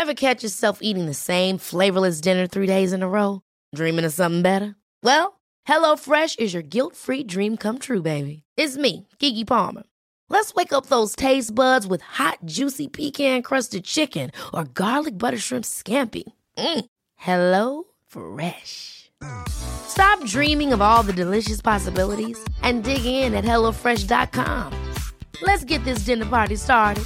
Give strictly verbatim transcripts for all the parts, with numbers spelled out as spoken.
Ever catch yourself eating the same flavorless dinner three days in a row? Dreaming of something better? Well, HelloFresh is your guilt-free dream come true, baby. It's me, Keke Palmer. Let's wake up those taste buds with hot, juicy pecan-crusted chicken or garlic butter shrimp scampi. Mm. Hello Fresh. Stop dreaming of all the delicious possibilities and dig in at hello fresh dot com. Let's get this dinner party started.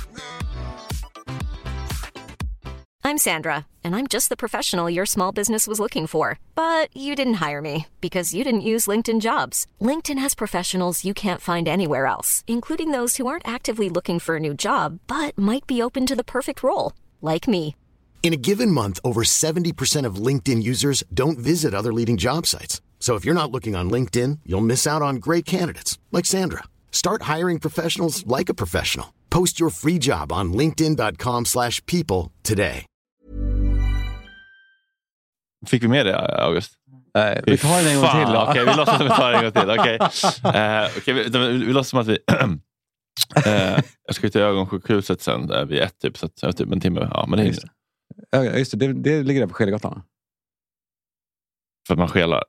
I'm Sandra, and I'm just the professional your small business was looking for. But you didn't hire me because you didn't use LinkedIn Jobs. LinkedIn has professionals you can't find anywhere else, including those who aren't actively looking for a new job, but might be open to the perfect role, like me. In a given month, over seventy percent of LinkedIn users don't visit other leading job sites. So if you're not looking on LinkedIn, you'll miss out on great candidates, like Sandra. Start hiring professionals like a professional. Post your free job on linkedin dot com slash people today. Fick vi med det, August? Nej, vi tar den en gång till då. Okej, okay, vi låtsas som vi tar en gång till. Okej, okay. uh, okay, vi, vi, vi låtsas som att vi... uh, jag ska till ögonsjukhuset sen uh, vid ett typ, så att, typ en timme. Ja, men det är just, ja, just det. Det, det ligger där på Skelegatan. För att man skelar?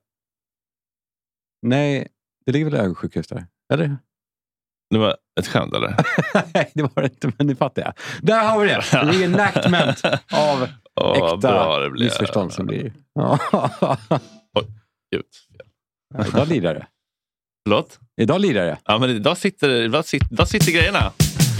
Nej, det ligger väl ögonsjukhus där. Eller? Det var ett skämt, eller? Nej, det var det inte, men nu fattar jag. Där har vi det. Det är enactment av oh, äkta missförstånd som blir. Oj, gud. Ja, idag lirar det. Förlåt? Idag lirar det. Ja, men idag sitter, idag sitter, idag sitter grejerna.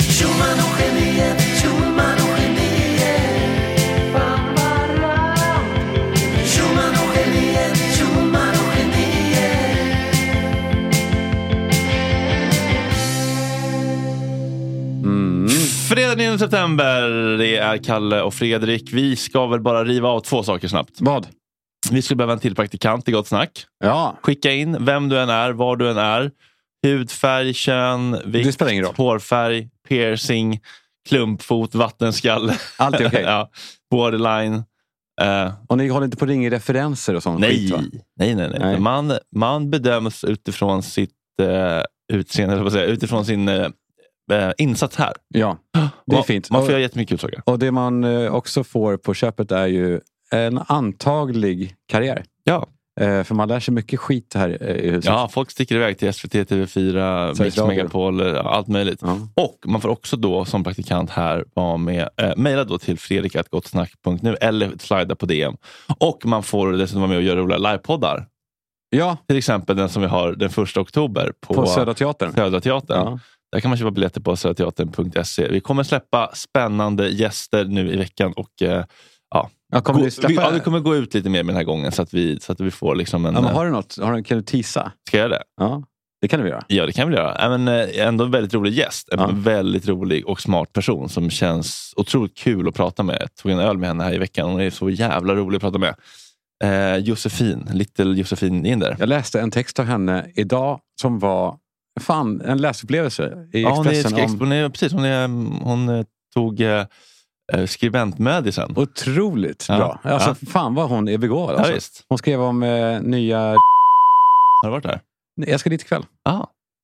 Fredag nionde september, det är Kalle och Fredrik. Vi ska väl bara riva av två saker snabbt. Vad? Vi skulle behöva en till praktikant i Gott Snack. Ja. Skicka in vem du än är, var du än är. Hudfärg, kön, vikt, hårfärg, piercing, klumpfot, vattenskalle. Allt är okej. Okay. Ja, borderline. Uh, och ni håller inte på att ringa referenser och sånt nej, skit, va? Nej, nej, nej. nej. Man, man bedöms utifrån sitt uh, utseende, eller vad säga, utifrån sin... Uh, insats här. Ja, det är man, fint. Man får göra jättemycket utsaker. Och det man också får på köpet är ju en antaglig karriär. Ja. Eh, för man lär sig mycket skit här i huset. Ja, folk sticker iväg till S V T, T V fyra, Mix Megapol, allt möjligt. Ja. Och man får också då som praktikant här vara med, eh, mejla då till fredrik at gottsnack punkt nu eller slida på D M. Och man får dessutom vara med och göra roliga livepoddar. Ja. Till exempel den som vi har den första oktober på, på Södra Teatern. Södra Teatern. Ja. Där kan man köpa biljetter på södra teatern punkt se. Vi kommer släppa spännande gäster nu i veckan och eh, ja, ja, kommer gå, vi, ja, vi kommer gå ut lite mer med den här gången så att vi, så att vi får liksom en... Ja, men har du något? Har du, kan du teasa? Ska jag göra det? Ja, det kan vi göra. Ja, det kan vi göra. Även, ändå en väldigt rolig gäst. En ja. väldigt rolig och smart person som känns otroligt kul att prata med. Jag tog en öl med henne här i veckan. Hon är så jävla rolig att prata med. Eh, Josefin, Little Josefin Inder. Jag läste en text av henne idag som var fan, en läsupplevelse i ja, Expressen. Hon är, om... hon är, precis, hon, är, hon tog eh, skribentmödisen. Otroligt ja. bra. Alltså, ja. fan vad hon är begåvad. Alltså. Ja, hon skrev om eh, nya... Har du varit där? Jag ska dit ikväll. Ah.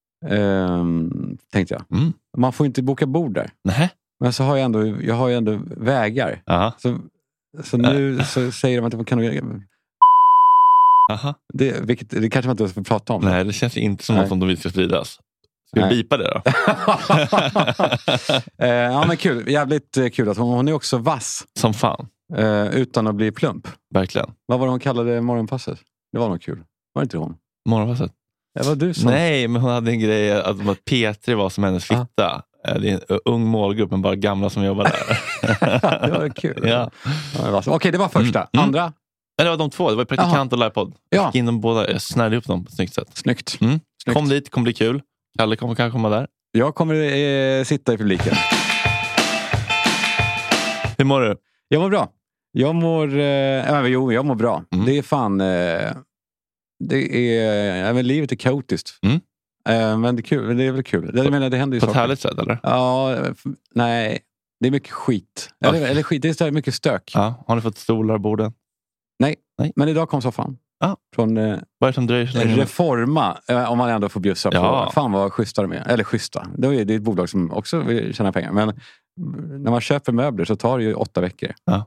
Ehm, tänkte jag. Mm. Man får inte boka bord där. Nej. Men så har jag ändå, jag har ju ändå vägar. Aha. Så, så nu så säger de att man kan... Aha. Det, vilket, det kanske man inte får prata om. Nej, det känns inte som något som de ska spridas. Ska vi Nej. bipa det då? eh, ja, men kul. Jävligt kul att hon, hon är också vass. Som fan. Eh, utan att bli plump. Verkligen. Vad var det hon kallade morgonpasset? Det var nog kul. Var det inte hon? Morgonpasset? Det var du som... Nej, men hon hade en grej att, att P tre var som hennes fitta. Ah. Det är en ung målgrupp, men bara gamla som jobbar där. Det var kul. Ja. Ja, okej, okay, det var första. Mm. Andra? Nej, det var de två. Det var praktikant Aha. och livepodd. Ja. Fick in dem båda. Jag snärde upp dem på ett snyggt sätt. Snyggt. Mm. Snyggt. Kom dit, kommer bli kul. Kalle kommer kanske komma där. Jag kommer eh, sitta i publiken. Hur mår du? Jag mår bra. Jag mår... Eh, jo, jag mår bra. Mm. Det är fan... Eh, det är... Även livet är kaotiskt. Mm. Eh, men det är kul. Det är väl kul. Det, jag menar, det händer ju på saker. På ett härligt sätt, eller? Ja, f- nej. Det är mycket skit. Okay. Eller, eller skit, det är så mycket stök. Ja. Har ni fått stolar och borden? Nej. nej. Men idag kom soffan. Ah. Från eh, vad är det som dröjer så länge? Reforma, eh, om man ändå får bjussa på. Ja. Fan vad schyssta de är. Eller schyssta. Det är, det är ett bolag som också vill tjäna pengar. Men när man köper möbler så tar det ju åtta veckor. Ja.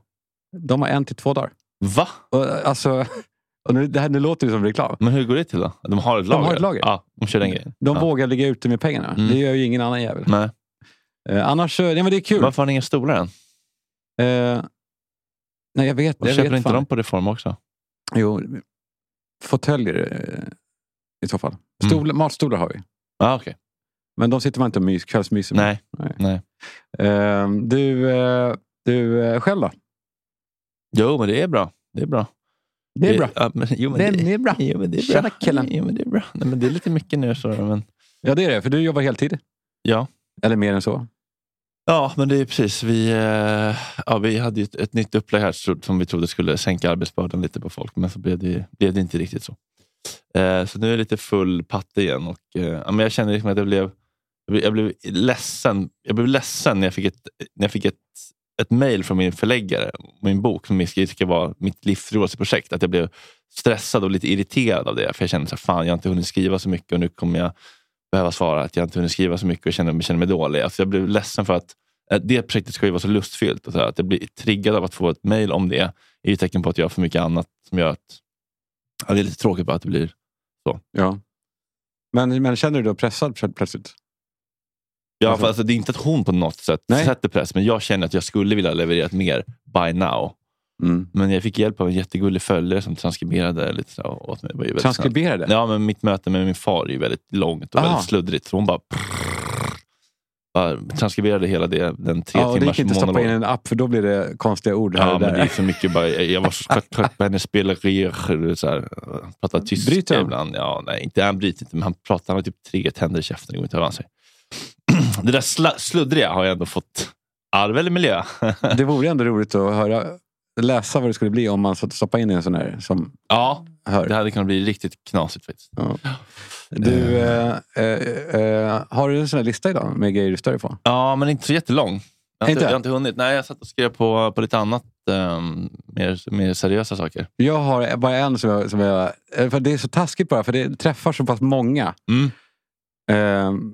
De har en till två dagar. Va? Och, alltså, och nu, det här nu låter det som reklam. Men hur går det till då? De har ett lager? De har ett lager. Ja, de kör den grejen. De ja. vågar ligga ute med pengarna. Mm. Det gör ju ingen annan jävel. Nej. Eh, annars, ja, men det är kul. Varför har ni inga stolar än? Eh, nej, jag vet. Och jag köper vet inte fan. de på Reform också? Jo, fåtöljer eh, i så fall. Stol, mm. Matstolar har vi. Ah, okay. Men de sitter man inte och mys, kvällsmyser med. Nej. Nej. Eh, du, eh, du eh, själv då? Jo, men det är bra. Det är bra. Det är bra. Ja, men, jo, men det, det, det är bra. Jo, men det är bra. Tjena, killen. Jo, men det är bra. Nej, men det är lite mycket nu. Så, men... Ja, det är det. För du jobbar heltid. Ja. Eller mer än så. Ja, men det är precis. Vi, eh, ja, vi hade ju ett, ett nytt upplägg här som vi trodde skulle sänka arbetsbördan lite på folk. Men så blev det, blev det inte riktigt så. Eh, så nu är det lite full patte igen. Och, eh, ja, men jag kände liksom att jag blev, jag blev ledsen. Jag blev ledsen när jag fick ett, när jag fick ett, ett mejl från min förläggare. Min bok som jag ska vara mitt livs projekt. Att jag blev stressad och lite irriterad av det. För jag kände så här, fan jag har inte hunnit skriva så mycket. Och nu kommer jag behöva svara att jag inte hunnit skriva så mycket. Och känner, känner mig dålig. Alltså jag blev ledsen för att det projektet ska ju vara så lustfyllt. Och så här, att jag blir triggad av att få ett mejl om det. Är ju tecken på att jag har för mycket annat som gör att ja, det är lite tråkigt bara att det blir så. Ja. Men, men känner du dig pressad plötsligt? Ja, för alltså, det är inte att hon på något sätt Nej. sätter press. Men jag känner att jag skulle vilja leverera mer by now. Mm. Men jag fick hjälp av en jättegullig följare som transkriberade lite så åt mig. Det var transkriberade? Ja, men mitt möte med min far är ju väldigt långt och Aha. väldigt sluddrigt. Så hon bara, bara transkriberade hela det, den tre ja, timmars monolog. Ja, det gick inte stoppa in en app för då blir det konstiga ord här ja, och där. Men det är så mycket bara, jag var så trött på hennes spelare så här, pratar tyska ibland. Ja, nej, inte han bryter inte, men han pratar, han har typ tre tänder i käften och går inte av sig. Det där sl- sluddriga har jag ändå fått arv eller miljö. Det vore ändå roligt att höra, läsa vad det skulle bli om man så stoppa in en sån här som ja, hör. Det hade kunnat bli riktigt knasigt faktiskt. Ja. Du, äh, äh, äh, har du en sån här lista idag med grejer du stör på? Ja, men inte så jättelång. Jag har inte, inte? Jag har inte hunnit. Nej, jag satt och skrev på, på lite annat um, mer, mer seriösa saker. Jag har bara en som jag, som jag... För det är så taskigt bara, för det träffar så pass många. Mm. Um,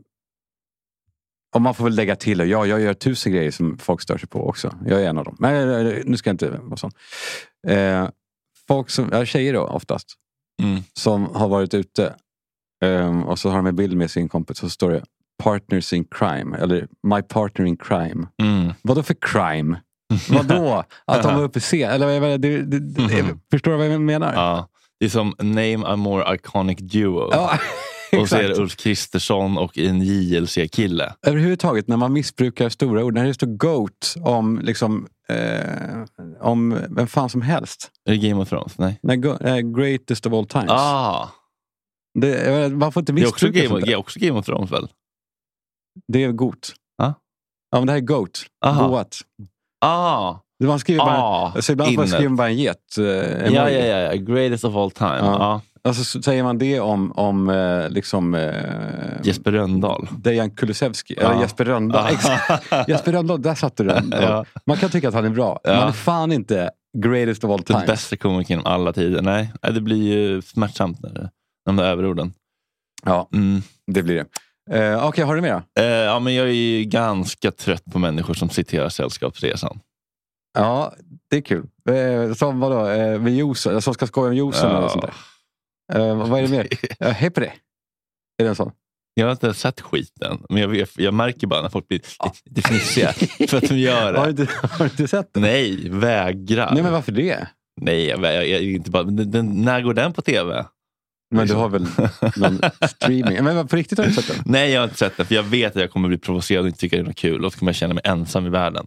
och man får väl lägga till, och ja, jag gör tusen grejer som folk stör sig på också. Jag är en av dem. Men nu ska jag inte vara sån. Uh, folk som, ja, tjejer då oftast, mm. som har varit ute um, och så har de en bild med sin kompis, så står det partners in crime, eller my partner in crime. Mm. Vadå för crime? Vadå? Att de var uppe se eller det, det, det, mm. Förstår du vad jag menar? Ja, det är som name a more iconic duo. Ja, och så är det Ulf Kristersson och en J L C-kille. Överhuvudtaget när man missbrukar stora ord, när det står GOAT om liksom eh, om vem fan som helst. Är det Game of Thrones? Nej. Nej, go, eh, greatest of all times. Ah. Det, man får inte missbruka det är också Game, det är också Game of Thrones väl? Det är GOAT. Ah. Ja, men det här är GOAT. Goat. Ah. Det man skriver bara, ah. så ibland får man skriva bara en get. Eh, ja, ja, ja, ja. Greatest of all time. Ja. Ah. Och så säger man det om, om eh, liksom... Eh, Jesper Rönndahl. Dejan Kulusevski. Ja. Eller Jesper Rönndahl. Ah. Jesper Rönndahl, där satt du den. Ja. Man kan tycka att han är bra. Ja. Man är fan inte greatest of all time. Den bästa komikern om alla tider. Nej, det blir ju smärtsamt när det, de där överorden. Ja, mm. det blir det. Eh, Okej, okay, har du mer? Eh, ja, men jag är ju ganska trött på människor som citerar Sällskapsresan. Ja, det är kul. Eh, som vadå? Eh, med Josef, som ska skoja med Josef ja. Eller sånt där. Uh, vad är det mer? Uh, hej på det. Är det en sån? Jag har inte sett skiten. Men jag, jag, jag märker bara när folk blir ja. lite fnissiga för att de gör det. Har du, har du inte sett det? Nej, vägrar. Nej, men varför det? Nej, jag, jag, jag inte bara... Den, den, när går den på tv? Men du har väl någon streaming? Men på riktigt har du inte sett den? Nej, jag har inte sett den. För jag vet att jag kommer bli provocerad och inte tycka det är något kul. Och så kommer jag känna mig ensam i världen.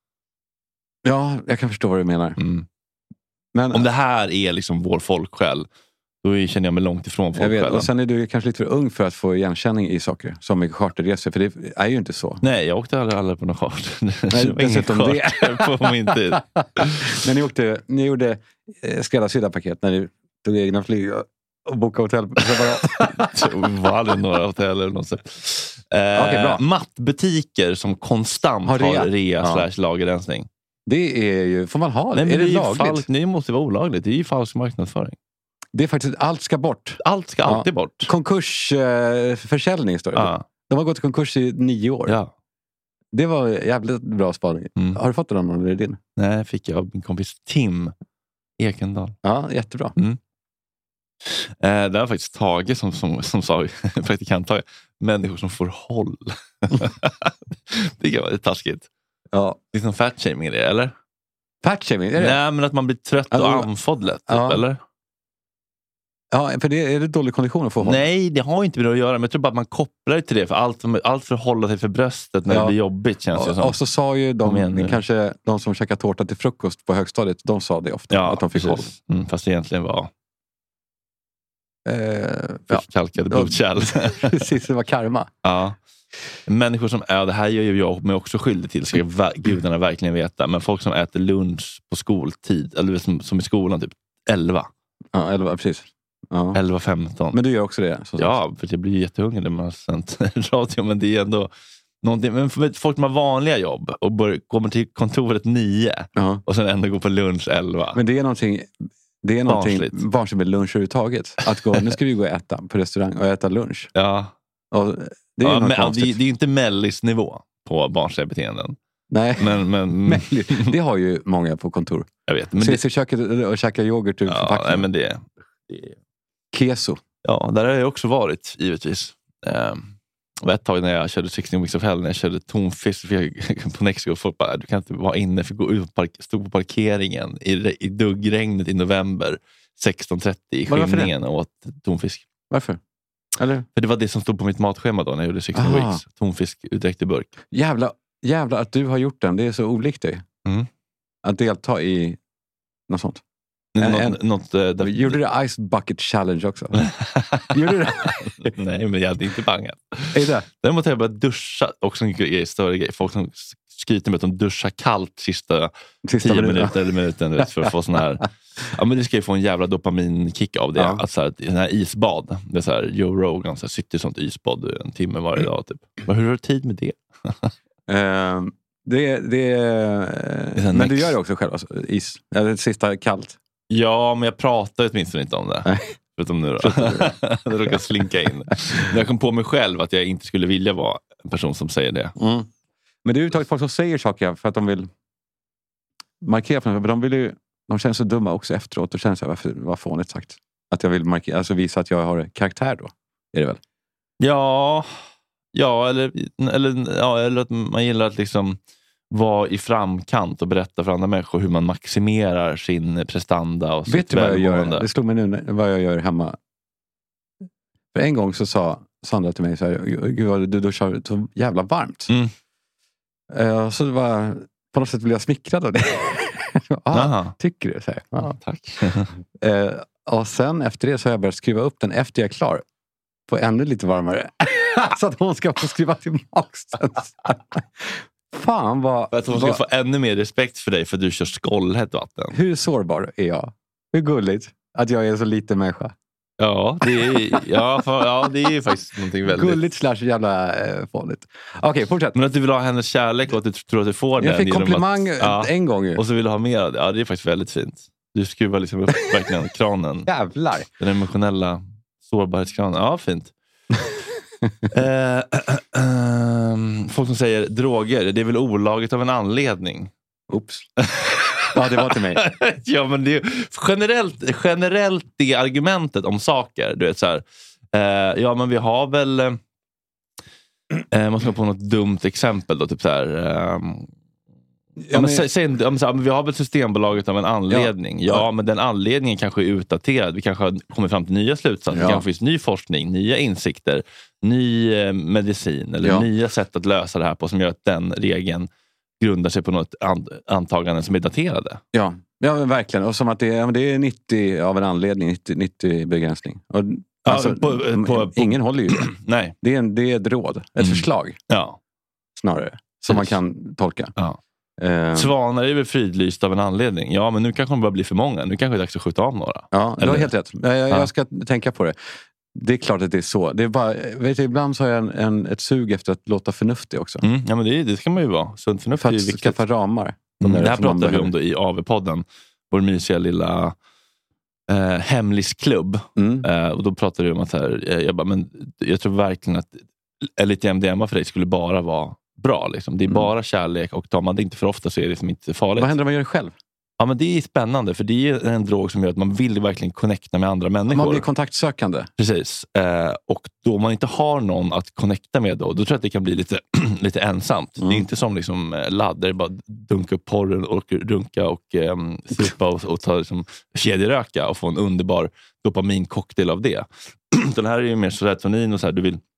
Ja, jag kan förstå vad du menar. Mm. Men, om det här är liksom vår folksjäl, då känner jag mig långt ifrån folksjälen. Och sen är du kanske lite för ung för att få igenkänning i saker. Som i charterresor, för det är ju inte så. Nej, jag åkte aldrig, aldrig på någon charter. Nej, det var ingen charter på min tid. Men ni, åkte, ni gjorde eh, skräddarsydda paket när ni tog egna flyg och bokade hotell. Det var aldrig några hotell eller något sånt. Eh, okay, bra. Mattbutiker som konstant har rea, har rea ja. slash lagerrensning. Det är ju, får man ha det? Nej, är det, det lagligt? Falsk, det måste vara olagligt. Det är ju falsk marknadsföring. Det är faktiskt, allt ska bort. Allt ska alltid ja. bort. Konkursförsäljning eh, står det. Ja. De har gått i konkurs i nio år. Ja. Det var jävligt bra spaning. Mm. Har du fått den eller är det din? Nej, fick jag av min kompis Tim Ekendal. Ja, jättebra. Mm. Eh, det var faktiskt Tage som, som, som sa, praktikant Tage, människor som får håll. Det kan vara lite taskigt. Ja. Det är som fat-shaming det, eller? Fat-shaming, är det? Nej, men att man blir trött och alltså, andfådd lätt, ja. eller? Ja, för det är det dålig kondition att få håll. Nej, det har inte med det att göra. Men jag tror bara att man kopplar till det. För allt, allt för att hålla sig för bröstet när ja. det blir jobbigt känns ja, det som. Och så sa ju de, kanske de som käkar tårta till frukost på högstadiet, de sa det ofta. Ja, att de fick precis. håll. Mm, fast det egentligen var eh, förkalkade ja. blodkärl. Precis, det var karma. Ja. Människor som, ja, det här gör ju jag mig också skyldig till, ska va- gudarna verkligen veta. Men folk som äter lunch på skoltid, eller som, som i skolan, typ elva. Ja, elva, precis. Ja. elva femton. Men du gör också det? Så ja, för jag blir jättehungrig när man har sänt radio. Men det är ändå någonting. Men för folk som har vanliga jobb och bör, kommer till kontoret nio uh-huh. och sen ändå går på lunch elva. Men det är någonting, det är någonting barnsligt med lunch överhuvudtaget. Att gå, nu ska vi gå och äta på restaurang och äta lunch. Ja. Och det är, ja, men, det, det är inte mellisnivå på barnsliga beteenden. Nej, men, men, det har ju många på kontor. Jag vet. Men ses det... i köket och käka yoghurt ur ja, förpackningen. Nej, men det, det... Keso. Ja, där har jag också varit, givetvis. Um, och ett tag när jag körde sexton Weeks of Hell, när jag körde tonfisk på Nexo, och folk bara, du kan inte vara inne för att gå ut och park- stå på parkeringen i, i duggregnet i november sexton trettio i skymningen och åt tonfisk. Varför? Eller? För det var det som stod på mitt matschema då när jag gjorde sexton Aha. Weeks. Tonfisk utdräkt i burk. Jävla, jävla att du har gjort den, det är så olikt dig. Mm. Att delta i något sånt. En, en, något, något, uh, där... Gjorde du Ice Bucket Challenge också? Gjorde du det? Nej, men jag hade inte bangat. Är det? Däremot har jag börjat duscha. Också en grej, större grej. Folk som skryter med att de duschar kallt sista, sista tio minuter eller minuten vet, för att få sån här... Ja, men det ska ju få en jävla dopaminkick av det. Ja. Att så här, den här isbad. Det är så här, Joe Rogan så här, sitter i sånt isbad en timme varje dag. Typ. Men hur har du tid med det? uh, det, det, det men next. Du gör det också själv, alltså, is. Eller sista kallt. Ja, men jag pratar åtminstone inte om det. Nej. Förutom nu då. Det råkar slinka in. Men jag kom på mig själv att jag inte skulle vilja vara en person som säger det. Mm. Men det är ju folk som säger saker för att de vill markera för de vill ju, de känner så dumma också efteråt och känner så här, varför, vad fånigt sagt. Att jag vill markera, alltså visa att jag har karaktär då. Är det väl? Ja, ja eller, eller, ja, eller att man gillar att liksom vara i framkant och berätta för andra människor hur man maximerar sin prestanda och vet du vad jag gör? Det slog mig nu vad jag gör hemma. För en gång så sa Sandra till mig så här, gud du duschar så jävla varmt. Mm. Uh, så det var på något sätt blev jag smickrad av det. ah, tycker du? Så här. Ah. Tack. uh, och sen efter det så har jag börjat skruva upp den efter jag är klar. På ännu lite varmare. Så att hon ska få skruva tillbaka den. Fan vad... För att hon ska vad... få ännu mer respekt för dig för att du kör skållhett vatten. Hur sårbar är jag? Hur gulligt att jag är en så liten människa. Ja, det är, ja, för, ja, det är ju faktiskt någonting väldigt... Gulligt slash jävla äh, farligt. Okej, okay, fortsätt. Men att du vill ha hennes kärlek och att du tror att du får den. Jag fick komplimang att, ja, en gång ju. Och så vill du ha mer av det. Ja, det är faktiskt väldigt fint. Du skruvar liksom upp verkligen kranen. Jävlar. Den emotionella sårbarhetskranen. Ja, fint. eh, äh, äh, folk som säger droger, det är väl olagligt av en anledning. Oops. Ja, det var till mig. Ja, men det är generellt, generellt det argumentet om saker. Du vet så här. Eh, ja, men vi har väl eh, måste man på något dumt exempel då, typ så här. Eh, ja, men, säg, säg, ja, men, så här, vi har väl Systembolaget av en anledning. Ja, ja, men den anledningen kanske är utdaterad. Vi kanske har kommit fram till nya slutsatser. Ja. Det kanske finns ny forskning, nya insikter, ny eh, medicin eller ja. nya sätt att lösa det här på som gör att den regeln grundar sig på något antagande som är daterade. Ja, ja men verkligen. Och som att det är, det är nittio av en anledning, nittio, nittio begränsning. Och, alltså, ja, på, på, på, ingen håller ju det. Nej. Det är, en, det är ett råd, ett mm. förslag. Ja. Snarare. Som Precis. man kan tolka. Ja. Uh, Svanar är väl fridlyst av en anledning. Ja, men nu kanske de börjar bli för många. Nu kanske det är dags att skjuta av några. Ja, du har helt rätt. Jag, jag ja. ska tänka på det. Det är klart att det är så. Det är bara, vet du, ibland så har jag en, en, ett sug efter att låta förnuftig också. Mm, ja, men det, det ska man ju vara. Sunt förnuft för att är viktigt. skaffa ramar. De mm, det här pratar vi om då i A V-podden. Vår mysiga lilla eh, hemlisklubb. Mm. Eh, och då pratade vi om att här, jag, bara, men jag tror verkligen att Elite M D M A för dig skulle bara vara bra. Liksom. Det är mm. bara kärlek och tar man det inte för ofta så är det liksom inte farligt. Vad händer om man gör det själv? Ja, men det är spännande för det är en drog som gör att man vill verkligen connecta med andra människor. Man blir kontaktsökande. Precis. Eh, och då man inte har någon att connecta med då, då tror jag att det kan bli lite, lite ensamt. Mm. Det är inte som liksom laddar, bara dunka upp porren och runka och eh, supa och, och ta liksom, kedjeröka och få en underbar dopamincocktail av det. Den här är ju mer serotonin och så här, du vill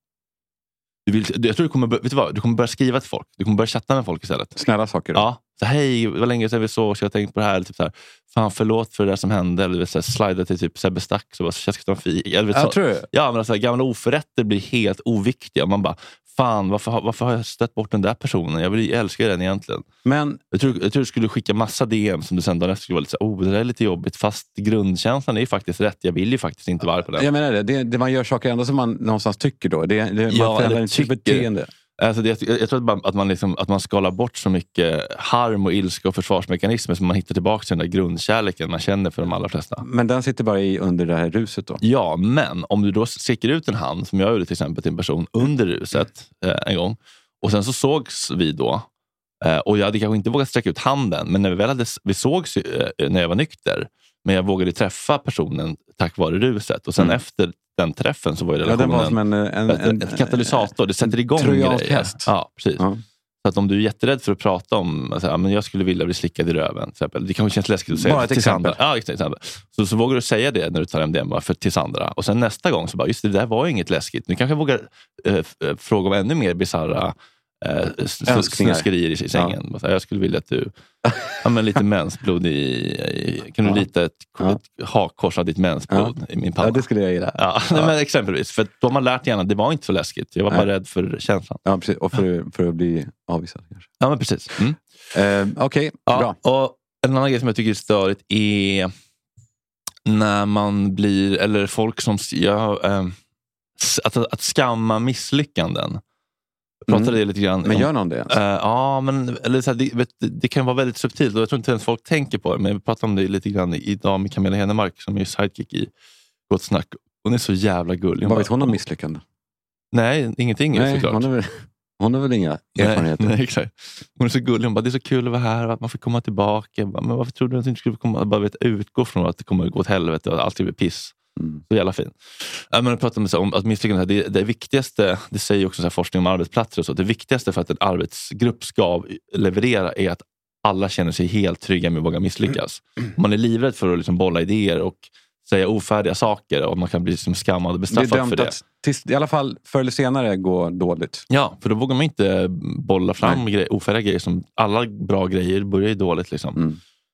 Du vill, jag tror du kommer, vet du vad, du kommer börja skriva till folk. Du kommer börja chatta med folk istället. Snälla saker då. Ja. Så hej, det var länge sedan vi såg så jag tänkte på det här. Typ så här fan förlåt för det där som hände. Eller så här, slida till typ Sebbe Stack. Så bara, så jag ska ta en fi. Jag, vet, jag så, tror det. Ja, men alltså, gamla oförrätter blir helt oviktiga. Man bara, fan varför, varför har jag stött bort den där personen? Jag, vill, jag älskar den egentligen. Men jag tror, jag tror du skulle skicka massa D M som du sen dagen efter skulle vara lite så oh det där är lite jobbigt. Fast grundkänslan är ju faktiskt rätt. Jag vill ju faktiskt inte vara på den. Jag menar det, det, det man gör saker ändå som man någonstans tycker då. Det, det, man ja, förändrar en typ beteende. Alltså det, jag, jag tror att man, att, man liksom, att man skalar bort så mycket harm och ilska och försvarsmekanismer som man hittar tillbaka till den där grundkärleken man känner för de allra flesta. Men den sitter bara i under det här ruset då? Ja, men om du då sticker ut en hand, som jag gjorde till exempel till en person under ruset eh, en gång, och sen så sågs vi då, eh, och jag hade kanske inte vågat sträcka ut handen, men när vi väl hade, vi sågs eh, när jag var nykter, men jag vågade träffa personen tack vare ruset, och sen mm. efter den träffen så var ju relationen ja, var som en, en, en, en katalysator. Det sätter igång grejer. Häst. Ja, precis. Ja. Så att om du är jätterädd för att prata om alltså, ja, men jag skulle vilja bli slickad i röven till exempel. Det kanske känns läskigt att säga bara ett exempel. Ja, till exempel. Så, så vågar du säga det när du tar hem det bara för till Sandra. Och sen nästa gång så bara, just det, det där var ju inget läskigt. Nu kanske jag vågar äh, fråga om ännu mer bizarra äh, snuskerier i sängen. Ja. Jag skulle vilja att du ja, men lite mensblod i, i kan du ja. lita ett, ja. ett hakkors av ditt mensblod ja. i min panna? Ja, det skulle jag gilla. Ja, ja. Men exempelvis, för då har man lärt gärna, det var inte så läskigt. Jag var bara ja. rädd för känslan. Ja, precis. Och för, för att bli avvisad kanske. Ja, men precis. Mm. Uh, Okej, okay. ja, bra. Och en annan grej som jag tycker är störigt är när man blir, eller folk som ja, äh, att, att skamma misslyckanden. Pratade mm. det lite grann. Men gör någon det ens? Uh, ja, men eller så här, det, vet, det kan vara väldigt subtilt och jag tror inte ens folk tänker på det. Men vi pratade om det lite grann idag med Camilla Henemark som är sidekick i Gott snack. Hon är så jävla gullig. Vad bara, vet hon om misslyckande? Nej, ingenting nej, såklart. Hon är väl, hon har väl inga erfarenheter. Nej, nej, exakt. Hon är så gullig. Hon bara, det är så kul att vara här. Att man får komma tillbaka. Bara, men varför trodde du att du inte skulle komma? Bara vet, utgå från att det kommer att gå åt helvete och att allt blir piss. Mm. Så jävla fin. Ja, men jag pratar om, om att misslyckande, det, det viktigaste, det säger också så här, forskning om arbetsplatser och så, det viktigaste för att en arbetsgrupp ska leverera är att alla känner sig helt trygga med att våga misslyckas. Mm. Man är livrädd för att liksom bolla idéer och säga ofärdiga saker och man kan bli liksom skammad och bestraffad för det. Att tills, i alla fall förr eller senare går dåligt. Ja, för då vågar man inte bolla fram grejer, ofärdiga grejer som alla bra grejer börjar ju dåligt liksom. Mm.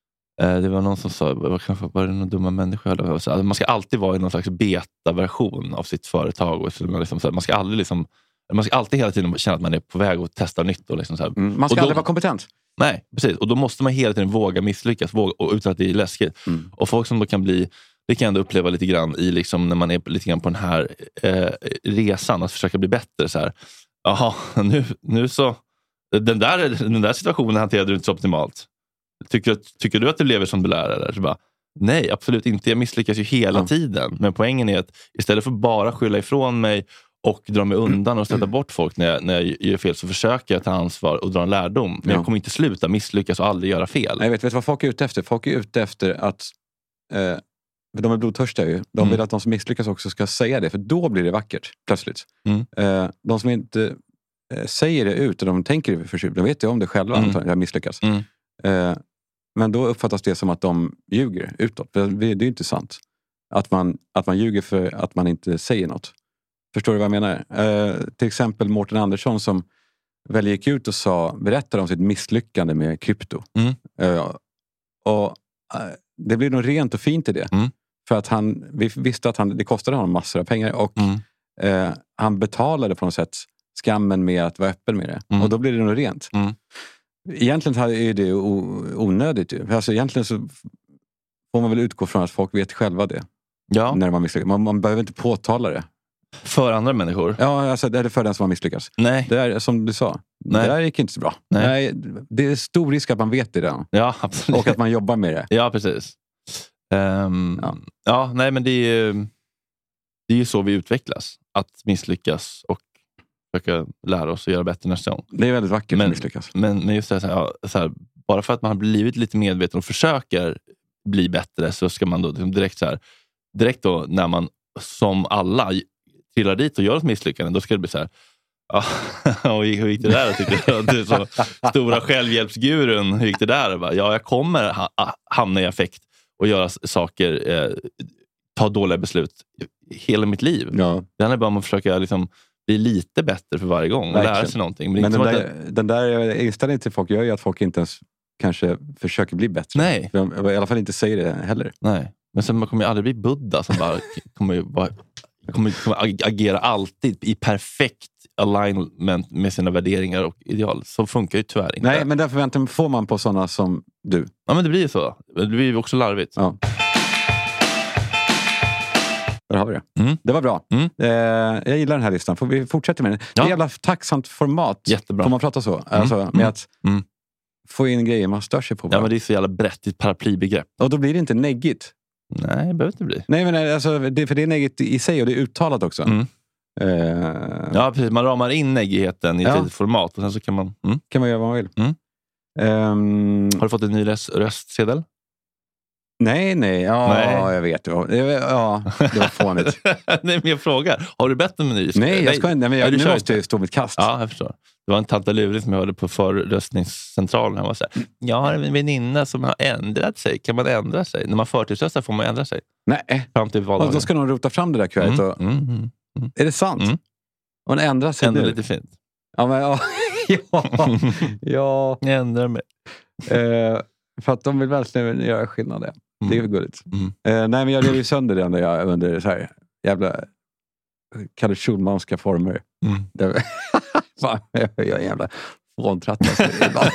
Det var någon som sa, var kanske var det någon dumma människa? Alltså, man ska alltid vara i någon slags beta-version av sitt företag. Och så, liksom, så här, man ska aldrig liksom, man ska alltid hela tiden känna att man är på väg att testa nytt. Och liksom, så här. Mm, man ska och då, aldrig vara kompetent. Nej, precis. Och då måste man hela tiden våga misslyckas våga, och, utan att det är läskigt. Mm. Och folk som då kan bli, det kan ändå uppleva lite grann i liksom, när man är lite grann på den här eh, resan att försöka bli bättre. Så här. Jaha, nu, nu så den där, den där situationen hanterade du inte så optimalt. Tycker, tycker du att du lever som du lär eller? Så bara, nej, absolut inte. Jag misslyckas ju hela ja. tiden. Men poängen är att istället för bara skylla ifrån mig och dra mig undan och sätta bort folk när jag, när jag gör fel så försöker jag ta ansvar och dra en lärdom. Men ja. jag kommer inte sluta misslyckas och aldrig göra fel. Jag vet, vet vad folk är ute efter? Folk är ute efter att eh, de är blodtörstiga ju. De mm. vill att de som misslyckas också ska säga det. För då blir det vackert, plötsligt. Mm. Eh, de som inte eh, säger det ut och de tänker det för sig, de vet ju om det själva mm. att jag misslyckas. Mm. Eh, men då uppfattas det som att de ljuger utåt. Det är ju inte sant. Att man, att man ljuger för att man inte säger något. Förstår du vad jag menar? Eh, till exempel Mårten Andersson som väl gick ut och sa, berättade om sitt misslyckande med krypto. Mm. Eh, och eh, det blev nog rent och fint i det. Mm. För att han, vi visste att han, det kostade honom massor av pengar. Och mm. eh, han betalade på något sätt skammen med att vara öppen med det. Mm. Och då blir det nog rent. Mm. Egentligen är det onödigt. Alltså egentligen så får man väl utgå från att folk vet själva det. Ja. När man misslyckas. Man, man behöver inte påtala det. För andra människor? Ja, alltså det är det för den som har misslyckats. Nej. Det är som du sa. Nej. Det där gick inte så bra. Nej. Nej, det är stor risk att man vet det redan. Ja, absolut. Och att man jobbar med det. Ja, precis. Um, ja. ja, nej men det är ju det är ju så vi utvecklas. Att misslyckas och försöka lära oss att göra bättre nästa gång. Det är väldigt vackert men, att misslyckas. Men, men just det här, ja, så här, bara för att man har blivit lite medveten och försöker bli bättre, så ska man då direkt så här, direkt då när man som alla trillar dit och gör ett misslyckande, då ska det bli så här, ja, och hur gick det där? Tycker du så stora självhjälpsgurun, hur gick det där? Ja, jag kommer ha, hamna i affekt och göra saker, eh, ta dåliga beslut hela mitt liv. Ja. Det handlar bara om att försöka liksom bli lite bättre för varje gång och Verkligen. lära sig någonting. Men, Men den, där, det... den där inställningen till folk gör ju att folk inte ens kanske försöker bli bättre. Nej. För I alla fall inte säger det heller. Nej, men sen man kommer ju aldrig bli Buddha som bara kommer ju bara kommer, kommer agera alltid i perfekt alignment med sina värderingar och ideal. Så funkar ju tyvärr inte. Nej, men den förväntan får man på sådana som du. Ja, men det blir ju så. Det blir ju också larvigt. Ja. Där har vi det. Mm. Det var bra. Mm. Eh, jag gillar den här listan. Får vi fortsätta med den? Ja. Det är ett jävla tacksamt format. Jättebra. Får man prata så? Mm. Alltså, med mm. att mm. få in grejer man stör sig på. Bara. Ja, men det är så jävla brett i ett paraplybegrepp. Och då blir det inte neggigt. Nej, det behöver inte bli. Nej, men alltså, det, för det är neggigt i sig och det är uttalat också. Mm. Eh, Ja, precis. Man ramar in neggigheten i ett ja. litet format och sen så kan man... Mm. Kan man göra vad man vill. Mm. Um, Har du fått en ny röst, röstsedel? Nej, nej. Ja, nej. jag vet. Ja, det var fånigt. Nej, men jag frågar. Har du bett om en ny? Nej, jag ska inte. Men jag, ja, nu måste jag stå mitt kast. Ja, jag förstår. Det var en tanta luring som jag hörde på förröstningscentralen. Han var så här, jag har en väninna som har ändrat sig. Kan man ändra sig? När man förtidsröstar får man ändra sig. Nej. Fram till valdagen. Då ska någon rota fram det där kuvertet. Mm, och... mm, mm, mm. Är det sant? Mm. Och den ändrar sig Ändå nu. lite fint. Ja, men ja. ja. ja. Jag ändrar mig. Eh, för att de vill verkligen göra skillnad. Det, mm. det är gulligt. Mm. Eh, nej, men jag lever ju sönder det när jag under så här jävla Kalle Schulmanska former. Mm. Det, fan, jag är en jävla fåntratt. Alltså,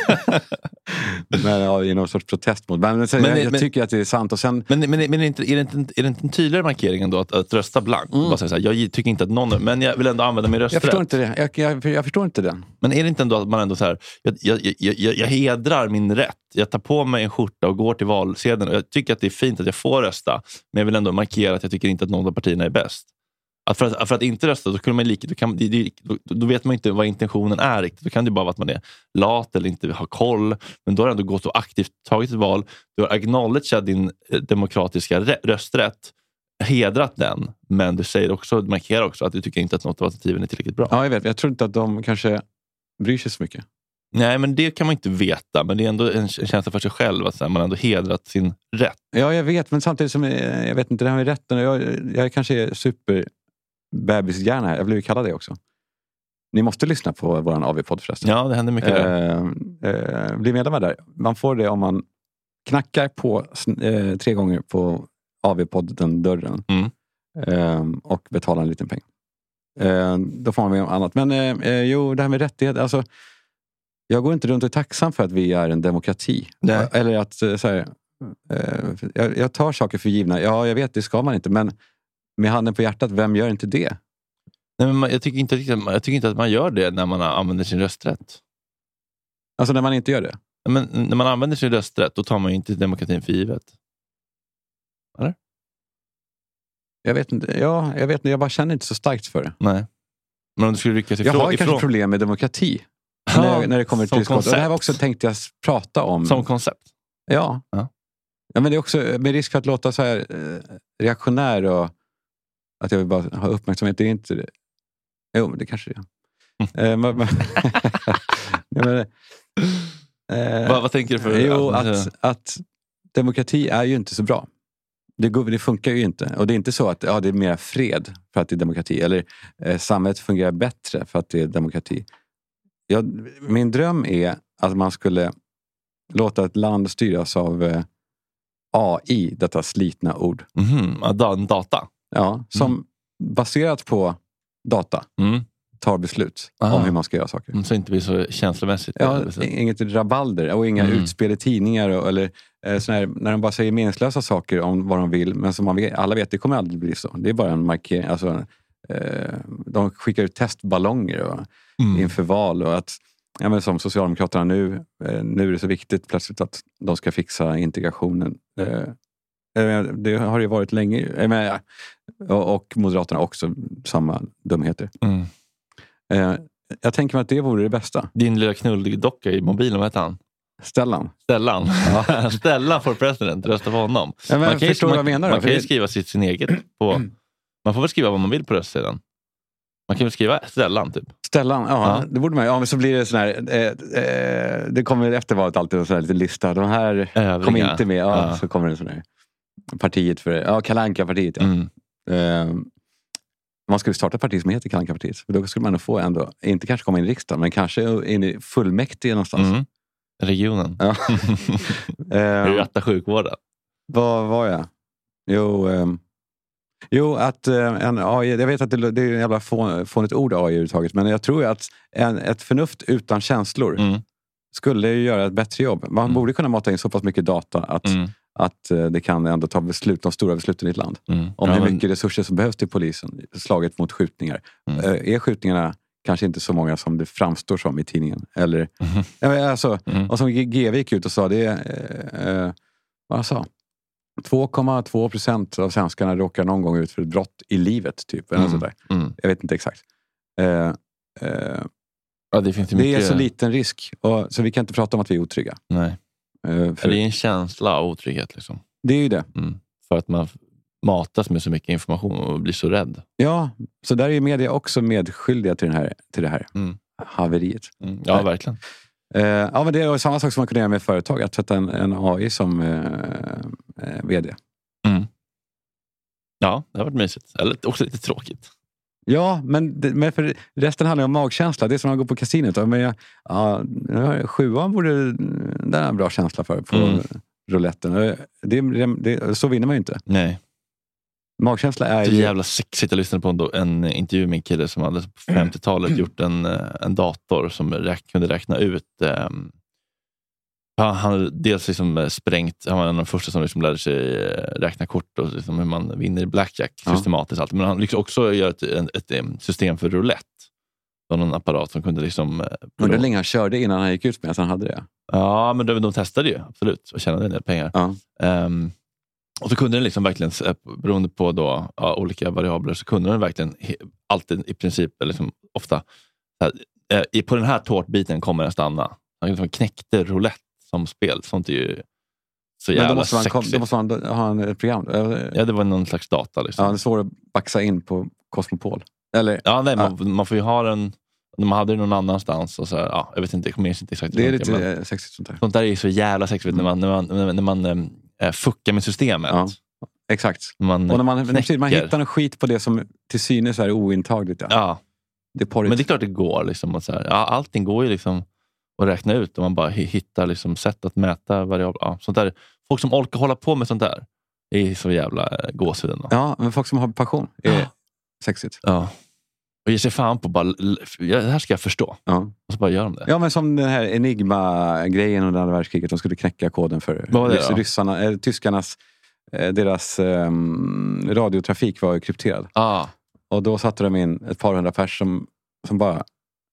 men ja, i någon sorts protest mot. Men, men jag, jag men, tycker att det är sant. Och sen, men men, men är, det inte, är, det inte, är det inte en tydligare markering ändå att, att rösta blankt? Mm. Bara säga så här, jag tycker inte att någon... Men jag vill ändå använda min rösträtt. Jag förstår inte det. Jag, jag, jag förstår inte den. Men är det inte ändå att man ändå så här... Jag, jag, jag, jag, jag hedrar min rätt. Jag tar på mig en skjorta och går till valsedeln. Och jag tycker att det är fint att jag får rösta. Men jag vill ändå markera att jag tycker inte att någon av partierna är bäst. Att för, att, för att inte rösta, då, kunde man lika, då, kan, då, då vet man inte vad intentionen är riktigt. Då kan det bara vara att man är lat eller inte har koll. Men då har du ändå gått och aktivt tagit ett val. Du har acknowledgeat din demokratiska rösträtt, hedrat den. Men du säger också, du markerar också att du tycker inte att något av alternativen är tillräckligt bra. Ja, jag vet. Jag tror inte att de kanske bryr sig så mycket. Nej, men det kan man inte veta. Men det är ändå en känsla för sig själv att man ändå hedrat sin rätt. Ja, jag vet. Men samtidigt som jag vet inte, det här med rätten. Jag, jag kanske är super bebishjärna här. Jag blev ju kallad det också. Ni måste lyssna på våran A V-podd förresten. Ja, det händer mycket där. Eh, eh, bli medlemmar där. Man får det om man knackar på eh, tre gånger på A V-podden dörren. Mm. Eh, och betalar en liten peng. Eh, då får man med om annat. Men eh, jo, det här med rättigheter. Alltså, jag går inte runt och är tacksam för att vi är en demokrati. Nej. Eller att så här, eh, jag, jag tar saker för givna. Ja, jag vet, det ska man inte. Men med handen på hjärtat, vem gör inte det? Nej, men man, jag, tycker inte, jag tycker inte att man gör det när man använder sin rösträtt. Alltså när man inte gör det? Men när man använder sin rösträtt, då tar man ju inte demokratin för givet. Eller? Jag vet inte. Ja, jag vet inte. Jag bara känner inte så starkt för det. Nej. Men om du skulle rycka sig jag ifrån... har ju kanske problem med demokrati. Ja, när, när det kommer till skott. Och det här var också tänkte jag prata om. Som koncept? Ja. Ja, ja men det är också med risk för att låta så här eh, reaktionär och att jag vill bara ha uppmärksamhet. Det är inte det. Jo, men det kanske det är. Mm. Eh, ja, men, eh, vad, vad tänker du för... Jo, att, att demokrati är ju inte så bra. Det, går, det funkar ju inte. Och det är inte så att ja, det är mer fred för att det är demokrati. Eller eh, samhället fungerar bättre för att det är demokrati. Jag, min dröm är att man skulle låta ett land styras av eh, A I, detta slitna ord. Mm, data? Ja, som mm. baserat på data mm. tar beslut Aha. om hur man ska göra saker. Mm, så inte blir så känslomässigt. Ja, inget rabalder och inga mm. utspel i tidningar och, eller eh, sån här, när de bara säger meningslösa saker om vad de vill, men som man vet, alla vet, det kommer aldrig bli så. Det är bara en markering, alltså eh, de skickar ut testballonger och, mm. inför val och att ja, men som Socialdemokraterna nu eh, nu är det så viktigt plötsligt att de ska fixa integrationen. Eh, det har ju varit länge eh, och, och Moderaterna också samma dumheter. Mm. Eh, jag tänker mig att det vore det bästa. Din lilla knulldocka i mobilen, vad heter han? Stellan. Stellan. Ja. Stellan for president, rösta på honom. Ja, men man kan ju, förstår man, vad jag menar. Man kan ju det... skriva sitt sin eget på... Man får väl skriva vad man vill på röstsidan. Man kan väl skriva Stellan typ. Stellan, ja, ja. Det borde man. Ja, men så blir det sån här... Eh, eh, det kommer efter valet alltid en sån här liten lista. De här Övriga. Kommer inte med. Ja, ja. Så kommer det en sån här... Partiet för... Ja, Kalle Anka-partiet. Ja. Mm. Eh, man skulle starta ett parti som heter Kalle Anka-partiet. För då skulle man få ändå... Inte kanske komma in i riksdagen, men kanske in i fullmäktige någonstans. Mm. Regionen. Ja. Rätta sjukvården. Vad var jag? Jo... Eh, Jo, att en A I, jag vet att det, det är en jävla få, fånigt ord A I överhuvudtaget, men jag tror att en, ett förnuft utan känslor mm. skulle ju göra ett bättre jobb. Man mm. borde kunna mata in så pass mycket data att, mm. att det kan ändå ta beslut, de stora besluten i ett land. Mm. Om ja, hur mycket men... resurser som behövs till polisen, slaget mot skjutningar. Mm. Är skjutningarna kanske inte så många som det framstår som i tidningen? Eller, mm. alltså, mm. och som G V gick ut och sa, det är, eh, vad han sa? två komma två procent av svenskarna råkar någon gång ut för ett brott i livet typ. Eller mm. sådär. Mm. Jag vet inte exakt. Uh, uh, ja, det finns det mycket... är så liten risk. Och, så vi kan inte prata om att vi är otrygga. Nej. Uh, för... Det är en känsla av otrygghet liksom. Det är ju det. Mm. För att man matas med så mycket information och blir så rädd. Ja, så där är ju media också medskyldiga till, den här, till det här mm. haveriet. Mm. Ja, verkligen. Uh, ja, men det är samma sak som man kunde göra med företag. Att sätta en, en A I som uh, uh, vd. Mm. Ja, det har varit mysigt. Eller också lite tråkigt. Ja, men, det, men för resten handlar om magkänsla. Det är som att gå på kasinot. Men jag, ja, sjuan borde den ha en bra känsla för på mm. rouletten. Det, det, det, så vinner man ju inte. Nej. Magkänsla är ju... Det är jävla sexigt. Jag lyssnade på en, en intervju med en kille som hade på femtiotalet gjort en, en dator som räk, kunde räkna ut... Um, han hade dels liksom sprängt... Han var en av de första som liksom lärde sig räkna kort och liksom hur man vinner i blackjack ja. systematiskt. Allt. Men han liksom också gör ett, ett, ett system för roulette. Så någon apparat som kunde liksom... Undrar länge han körde innan han gick ut med att han hade det. Ja, men de, de testade ju absolut och tjänade en del pengar. Ja. Um, Och så kunde den liksom verkligen, beroende på då, ja, olika variabler, så kunde den verkligen alltid i princip, liksom, ofta, här, eh, på den här tårtbiten kommer den stanna. Han liksom knäckte roulette som spel. Sånt är ju så jävla Men då måste man, sexigt. Då måste man ha ett program. Ja, det var någon slags data. Liksom. Ja, det är svårt att baxa in på Cosmopol. Eller, ja, nej, ja. Man, man får ju ha den... Man hade det någon annanstans och så här, ja, jag vet inte, jag kommer inte exakt. Det är lite men, sexigt sånt där. Sånt där är ju så jävla sexigt mm. när man, när man, när man äh, fuckar med systemet. Ja, exakt. Man och när man, när man hittar en skit på det som till synes är ointagligt. Ja. ja. Det är men det är klart det går. Liksom, och så här, ja, allting går ju liksom att räkna ut om man bara hittar liksom, sätt att mäta variabler. Ja, sånt där. Folk som orkar hålla på med sånt där är så jävla äh, gåshuden. Ja, men folk som har passion är ja. sexigt. Ja. Och ge sig fan på bara, det här ska jag förstå. Ja. Och så bara gör de det. Ja, men som den här Enigma-grejen under andra världskriget. De skulle knäcka koden för rys- ryssarna, äh, tyskarnas, äh, deras äh, radiotrafik var krypterad. Ah. Och då satte de in ett par hundra pers som, som bara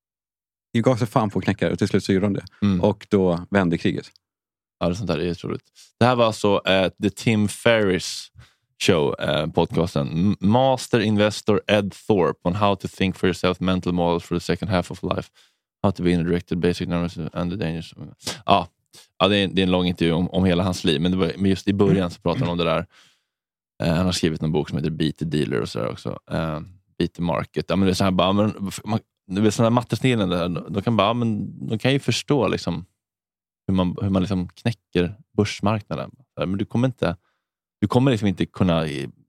gav sig fan på att knäcka det. Och till slut så gjorde de det. Mm. Och då vände kriget. Ja, det är sånt där, det är troligt. Det här var alltså äh, The Tim Ferriss show, eh, podcasten Master Investor Ed Thorpe on how to think for yourself mental models for the second half of life, how to be in a directed basic numbers and the dangers. Ja, ja det, är, det är en lång intervju om, om hela hans liv, men, det var, men just i början så pratade han om det där. Eh, han har skrivit en bok som heter Beat the Dealer och sådär också. Eh, Beat the Market. Ja, men det är så här bara, men, man, det är sådana här mattesnillen där, de kan bara, men de kan ju förstå liksom hur man, hur man liksom knäcker börsmarknaden. Men du kommer inte Du kommer liksom inte kunna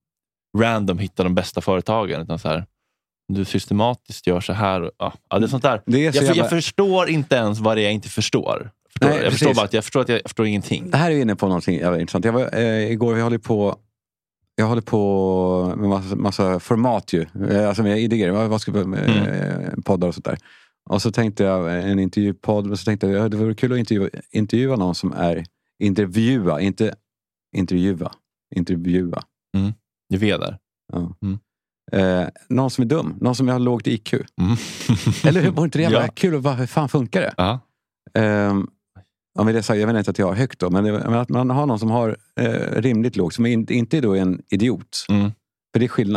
random hitta de bästa företagen, utan så här, du systematiskt gör så här. Ja, det är sånt där. Det är så jag, jävla... jag förstår inte ens vad det är jag inte förstår. förstår Nej, jag förstår bara att jag förstår att jag, jag förstår ingenting. Det här är inne på någonting jävla intressant. Jag var, eh, igår vi håller på jag håller på med massa, massa format ju. Alltså med idéer, vad ska vi med mm. poddar och sånt där. Och så tänkte jag en intervjupodd, och så tänkte jag det vore kul att intervjua, intervjua någon som är intervjua, inte intervjua. Intervjua. Mm. Du vet där. Ja. Mm. Eh, någon som är dum. Någon som har lågt I Q. Mm. Eller hur? Var inte det jävla ja. kul? Hur fan funkar det? Ja. Eh, ja, men det sagt, jag vet inte att jag har högt då. Men, det, men att man har någon som har eh, rimligt lågt. Som är in, inte då är en idiot. Mm. För det är skillnad.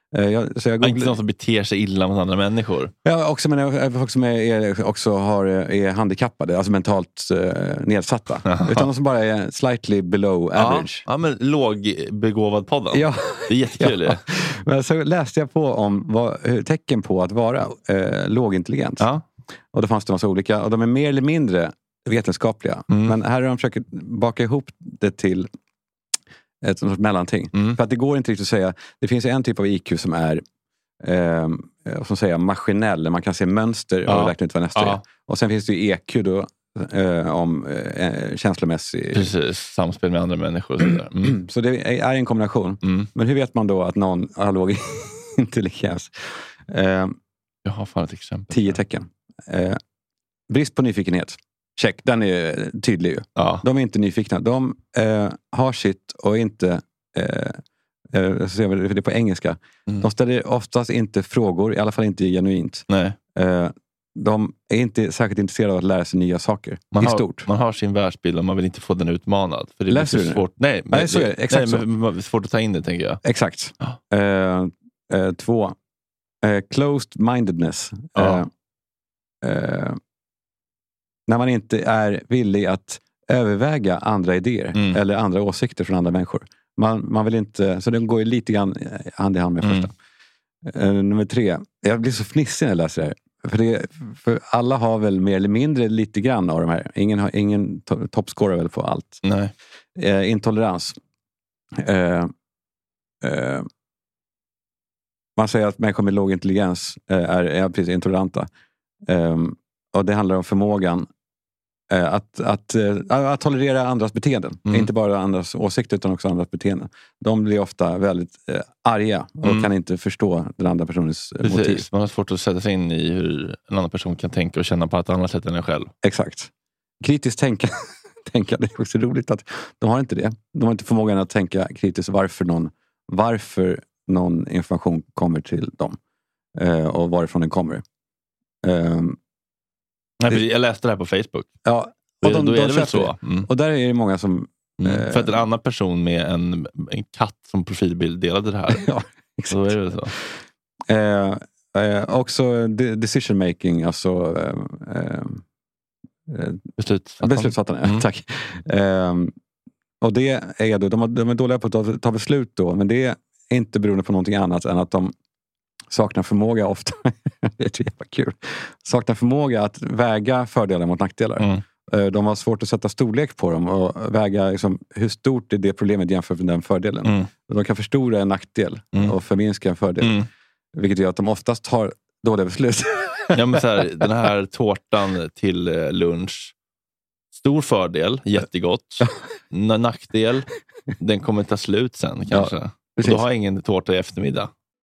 Jag, så jag googlar... Inte någon som beter sig illa mot andra människor. Ja, också, men folk som är, är, också har, är handikappade, alltså mentalt eh, nedsatta. Utan de som bara är slightly below average. Ja, ja men lågbegåvad podden. Ja. Det är jättekul. Ja. Men så läste jag på om vad, tecken på att vara eh, lågintelligent. Ja. Och då fanns det en massa olika, och de är mer eller mindre vetenskapliga. Mm. Men här har de försökt baka ihop det till ett sånt mellanting. Mm. För att det går inte riktigt att säga, det finns en typ av I Q som är eh, som säger maskinell, man kan se mönster ja. och räkna ut vad nästa ja. är. Och sen finns det ju E Q då eh, om eh, känslomässig... Precis, samspel med andra människor och sådär. Mm. Så det är en kombination. Mm. Men hur vet man då att någon har låg intelligens? Eh, Jag har fan ett exempel. Tio tecken. Eh, brist på nyfikenhet. Check, den är tydlig ju. Ja. De är inte nyfikna. De eh, har sitt och inte... Eh, jag ser det är på engelska. Mm. De ställer oftast inte frågor, i alla fall inte genuint. Nej. Eh, de är inte särskilt intresserade av att lära sig nya saker. Man i har, stort. Man har sin världsbild och man vill inte få den utmanad. För det Läser är du svårt. Nej, men, nej, så är det. Exakt nej, så. Men, det är svårt att ta in det, tänker jag. Exakt. Ja. Eh, eh, två. Eh, closed mindedness. Ja. Eh, eh, när man inte är villig att överväga andra idéer mm. eller andra åsikter från andra människor. Man, man vill inte, så den går ju lite grann hand i hand med mm. första. Uh, nummer tre. Jag blir så fnissig när jag läser det här. För, det, för alla har väl mer eller mindre lite grann av de här. Ingen, har, ingen to- toppscorar väl på allt. Nej. Uh, intolerans. Uh, uh, man säger att människor med låg intelligens uh, är, är precis intoleranta. Um, och det handlar om förmågan Att, att, att tolerera andras beteenden. Mm. Inte bara andras åsikter utan också andras beteenden. De blir ofta väldigt eh, arga och mm. kan inte förstå den andra personens Precis. motiv. Man har svårt att sätta sig in i hur en annan person kan tänka och känna på ett annat sätt än en själv. Exakt. Kritiskt tänka, tänka, det är också roligt att de har inte det. De har inte förmågan att tänka kritiskt varför någon, varför någon information kommer till dem. Eh, och varifrån den kommer. Um, Nej, jag läste det här på Facebook. Ja, och de, då är de det väl så. Mm. Och där är det många som... Mm. Eh, för att en annan person med en, en katt som profilbild delade det här. Ja, exakt. Så är det så. Eh, eh, också de- decision making, alltså... Eh, eh, Beslutsfattande. Beslutsfattande, mm. tack. Eh, och det är då, de, de är dåliga på att ta, ta beslut då, men det är inte beroende på någonting annat än att de saknar förmåga ofta, det är jävla kul, saknar förmåga att väga fördelar mot nackdelar. Mm. De har svårt att sätta storlek på dem och väga liksom, hur stort är det problemet jämfört med den fördelen. Mm. De kan förstora en nackdel mm. och förminska en fördel. Mm. Vilket gör att de oftast har dåliga beslut. Ja, men så här, den här tårtan till lunch, stor fördel, jättegott. Nackdel, den kommer ta slut sen kanske. Ja, och då har jag ingen tårta i eftermiddag.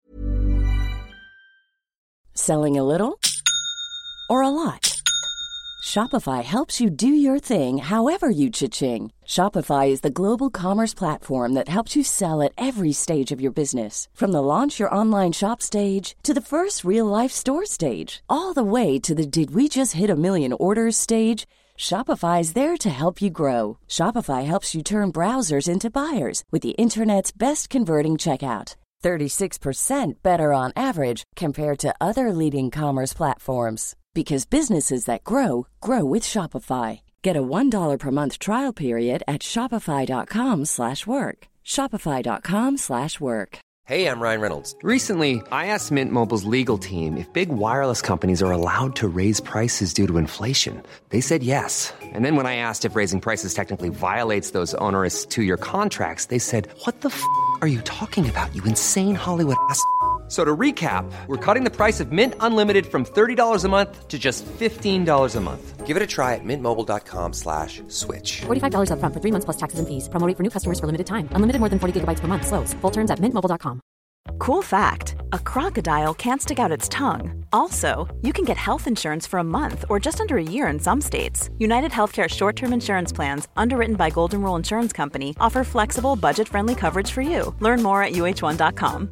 Selling a little or a lot? Shopify helps you do your thing however you cha-ching. Shopify is the global commerce platform that helps you sell at every stage of your business. From the launch your online shop stage to the first real-life store stage, all the way to the did we just hit a million orders stage. Shopify is there to help you grow. Shopify helps you turn browsers into buyers with the internet's best converting checkout. thirty-six percent better on average compared to other leading commerce platforms. Because businesses that grow, grow with Shopify. Get a one dollar per month trial period at shopify.com slash work. Shopify.com slash work. Hey, I'm Ryan Reynolds. Recently, I asked Mint Mobile's legal team if big wireless companies are allowed to raise prices due to inflation. They said yes. And then when I asked if raising prices technically violates those onerous two-year contracts, they said, what the f*** are you talking about, you insane Hollywood ass f- So to recap, we're cutting the price of Mint Unlimited from thirty dollars a month to just fifteen dollars a month. Give it a try at mintmobile.com slash switch. forty-five dollars up front for three months plus taxes and fees. Promo rate for new customers for limited time. Unlimited more than forty gigabytes per month. Slows full terms at mint mobile dot com. Cool fact, a crocodile can't stick out its tongue. Also, you can get health insurance for a month or just under a year in some states. United Healthcare short-term insurance plans, underwritten by Golden Rule Insurance Company, offer flexible, budget-friendly coverage for you. Learn more at u h one dot com.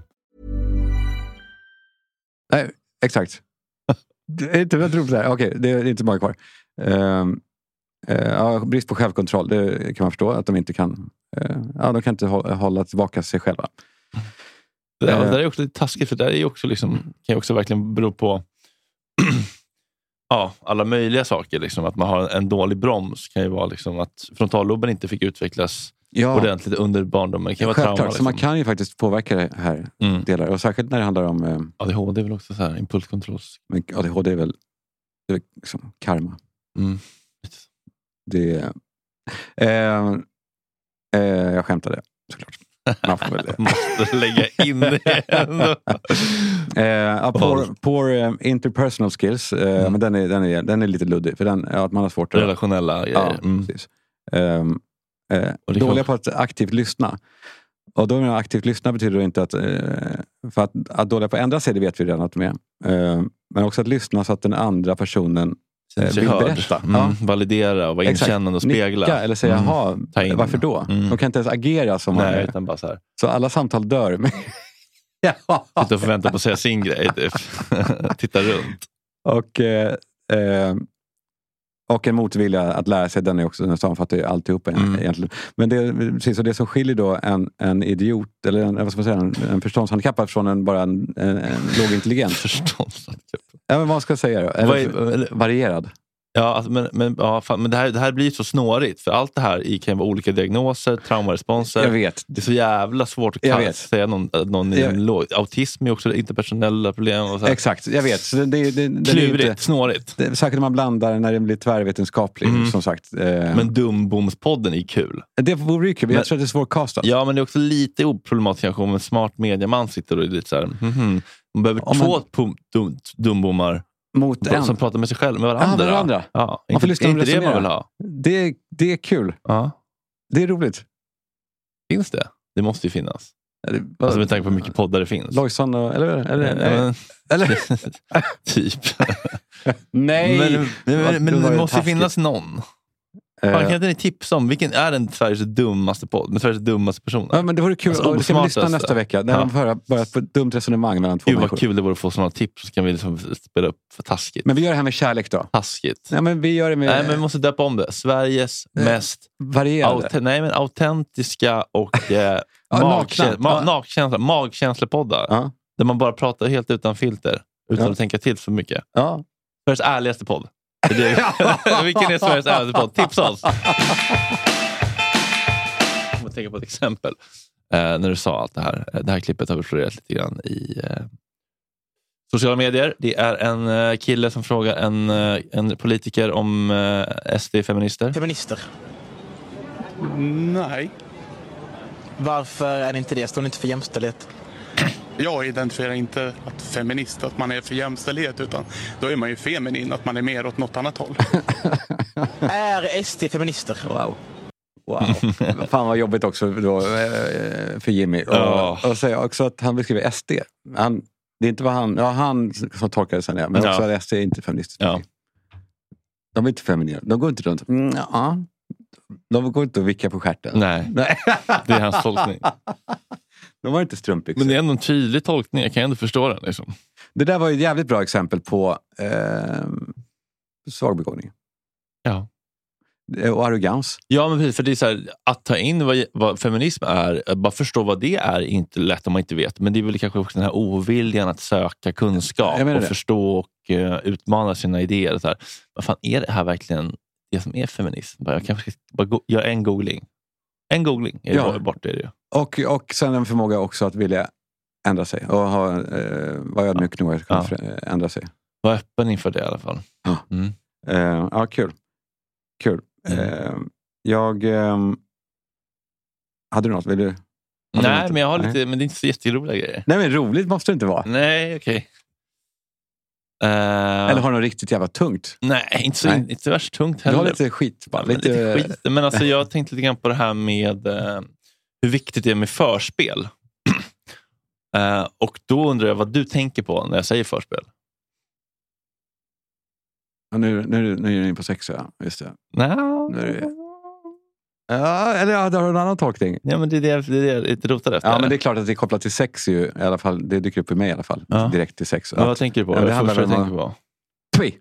Nej, exakt. Det är inte vad jag tror på det här. Okej, det är inte så många kvar. Um, uh, ja, brist på självkontroll, det kan man förstå. Att de inte kan uh, ja, de kan inte hålla, hålla tillbaka sig själva. Det där, uh, det där är också lite taskigt, för det där är ju också liksom, kan ju också verkligen bero på ja, alla möjliga saker. Liksom. Att man har en dålig broms kan ju vara liksom att frontalloben inte fick utvecklas ja. ordentligt under barndomen. Det kan vara trauma. Liksom. Så man kan ju faktiskt påverka det här mm. delar. Och särskilt när det handlar om... Eh, A D H D är väl också så här, impulskontroll. Men A D H D är väl, det är liksom karma. Mm. Det eh, eh, jag skämtade, såklart. Man får väl det. Måste lägga in det ändå. eh, poor, poor um, interpersonal skills. Eh, mm. Men den är, den, är, den är lite luddig. För den, ja, att man har svårt att... Relationella grejer. Ja, mm. precis. Eh, eh, dåliga kan... på att aktivt lyssna. Och då menar aktivt lyssna betyder inte att... Eh, för att, att dåliga på att ändra sig, det vet vi redan att de är. Eh, men också att lyssna så att den andra personen vill berätta. Mm, ja. Validera och vara inkännande och spegla. Nicka eller säga, jaha, mm. varför då? Mm. De kan inte ens agera som Nej, man utan bara så här. Så alla samtal dör. ja. Sitta och förvänta på att säga sin grej. Titta runt. Och, eh, och en motvilja att lära sig, den är också, den samfattar ju alltihopa mm. egentligen. Men det, precis, och det som skiljer då en, en idiot, eller en, vad ska man säga, en, en förståndshandikappad från en bara en, en, en lågintelligent. Förståndshandikappad. Ja, men vad ska jag säga då? Eller, är, varierad. Ja, alltså, men, men, ja, fan, men det, här, det här blir så snårigt. För allt det här kan vara olika diagnoser, traumaresponser. Jag vet. Det är så jävla svårt att kalla, säga någon, någon i en låg. Autism är också interpersonella problem. Och så här. Exakt, jag vet. Så det, det, det, Klurigt, det är inte, snårigt. Det är säkert när man blandar när det blir tvärvetenskapligt, mm. som sagt. Eh. Men Dumbomspodden är kul. Det vore ju kul, men jag tror att det är svårkastat. Ja, men det är också lite oproblematiskt kanske om en smart mediaman sitter och är lite så här, mm-hmm. Man behöver om två man... dum, dumbommar mot en. Som pratar med sig själv, med varandra. Ah, med varandra. Ja, man får inte, inte det man vill ha. Det, det är kul. Ja. Det är roligt. Finns det? Det måste ju finnas. Det, alltså med tanke på hur mycket poddar det finns. Lojsan och... Eller? eller, eller, eller? typ. Nej. Men, men, men det måste ju finnas någon. Fan, kan inte ni tipsa om vilken är den Sveriges dummaste podd med Sveriges dummaste personer? Ja, men det vore kul. Alltså, och det ska vi lyssna nästa vecka. När ja. de börjar på ett dumt resonemang mellan två Gud, människor. Vad kul det vore att få sådana tips, så kan vi liksom spela upp för taskigt. Men vi gör det här med kärlek då. Taskigt. Ja, men vi gör det med... Nej, men vi måste döpa om det. Sveriges Nej. mest varierade. Aut- nej, men autentiska och eh, ja, magkä- ma- ja. magkänsla, magkänslepoddar. Ja. Där man bara pratar helt utan filter. Utan ja. att tänka till för mycket. Ja. Sveriges ärligaste podd. Det är, vilken är Sveriges ärligaste podd? Tipsa oss! Jag tänker på ett exempel. Eh, när du sa allt det här. Det här klippet har vi florerat lite grann i eh, sociala medier. Det är en eh, kille som frågar en, eh, en politiker om eh, S D-feminister. Feminister? Nej. Varför är det inte det? Står ni inte för jämställdhet? Jag identifierar inte att feminist, att man är för jämställdhet, utan då är man ju feminin, att man är mer åt något annat håll. Är S D feminister? Wow. Wow. Fan vad jobbigt också då, för Jimmy. Och, och säga också att han beskriver S D. Han, det är inte vad han, ja, han som tolkar det sen, ja, men ja. också att S D är inte feministiskt. Ja. De är inte feminister. De går inte runt. Mm, ja. De går inte och vicka på stjärten. Nej, Nej. Det är hans tolkning. De var inte strumpbyxor. Men det är ändå en tydlig tolkning. Jag kan ändå förstå den. Liksom. Det där var ju ett jävligt bra exempel på eh, svagbegåvning. Ja. Och arrogans. Ja, men precis. För det är så här, att ta in vad, vad feminism är, bara förstå vad det är, inte lätt om man inte vet. Men det är väl kanske också den här oviljan att söka kunskap och det. förstå och uh, utmana sina idéer. Så här. Vad fan, är det här verkligen det som är feminism? Jag kanske ska bara go- göra en googling. En googling är ja. bort det ju. Och, och sen en förmåga också att vilja ändra sig. Och ha, eh, vara ödmjuk nog att kunna ja. ändra sig. Var öppen inför det i alla fall. Ja, mm. eh, ja kul. Kul. Mm. Eh, jag... Eh, hade du något? Vill du? Nej, något? men jag har lite... Nej. Men det är inte så jätteroliga grejer. Nej, men roligt måste det inte vara. Nej, okej. Okay. Uh, Eller har du något riktigt jävla tungt? Nej, inte så, nej. Inte värst tungt heller. Du har lite skit bara. Lite, lite skit. Men alltså jag tänkte lite grann på det här med uh, hur viktigt det är med förspel. uh, och då undrar jag vad du tänker på när jag säger förspel. Ja, nu, nu, nu är du in på sex, ja. Just det. Nej. Nu är det... Ja, eller ja, det har en annan tolkning. Ja, men det är det, det, är det jag lite rotar efter. Ja, men det är klart att det är kopplat till sex ju, i alla fall. Det dyker upp i mig i alla fall. Ja. Direkt till sex. Ja, vad tänker du på? Ja, det, det handlar om tänker på. Tvi!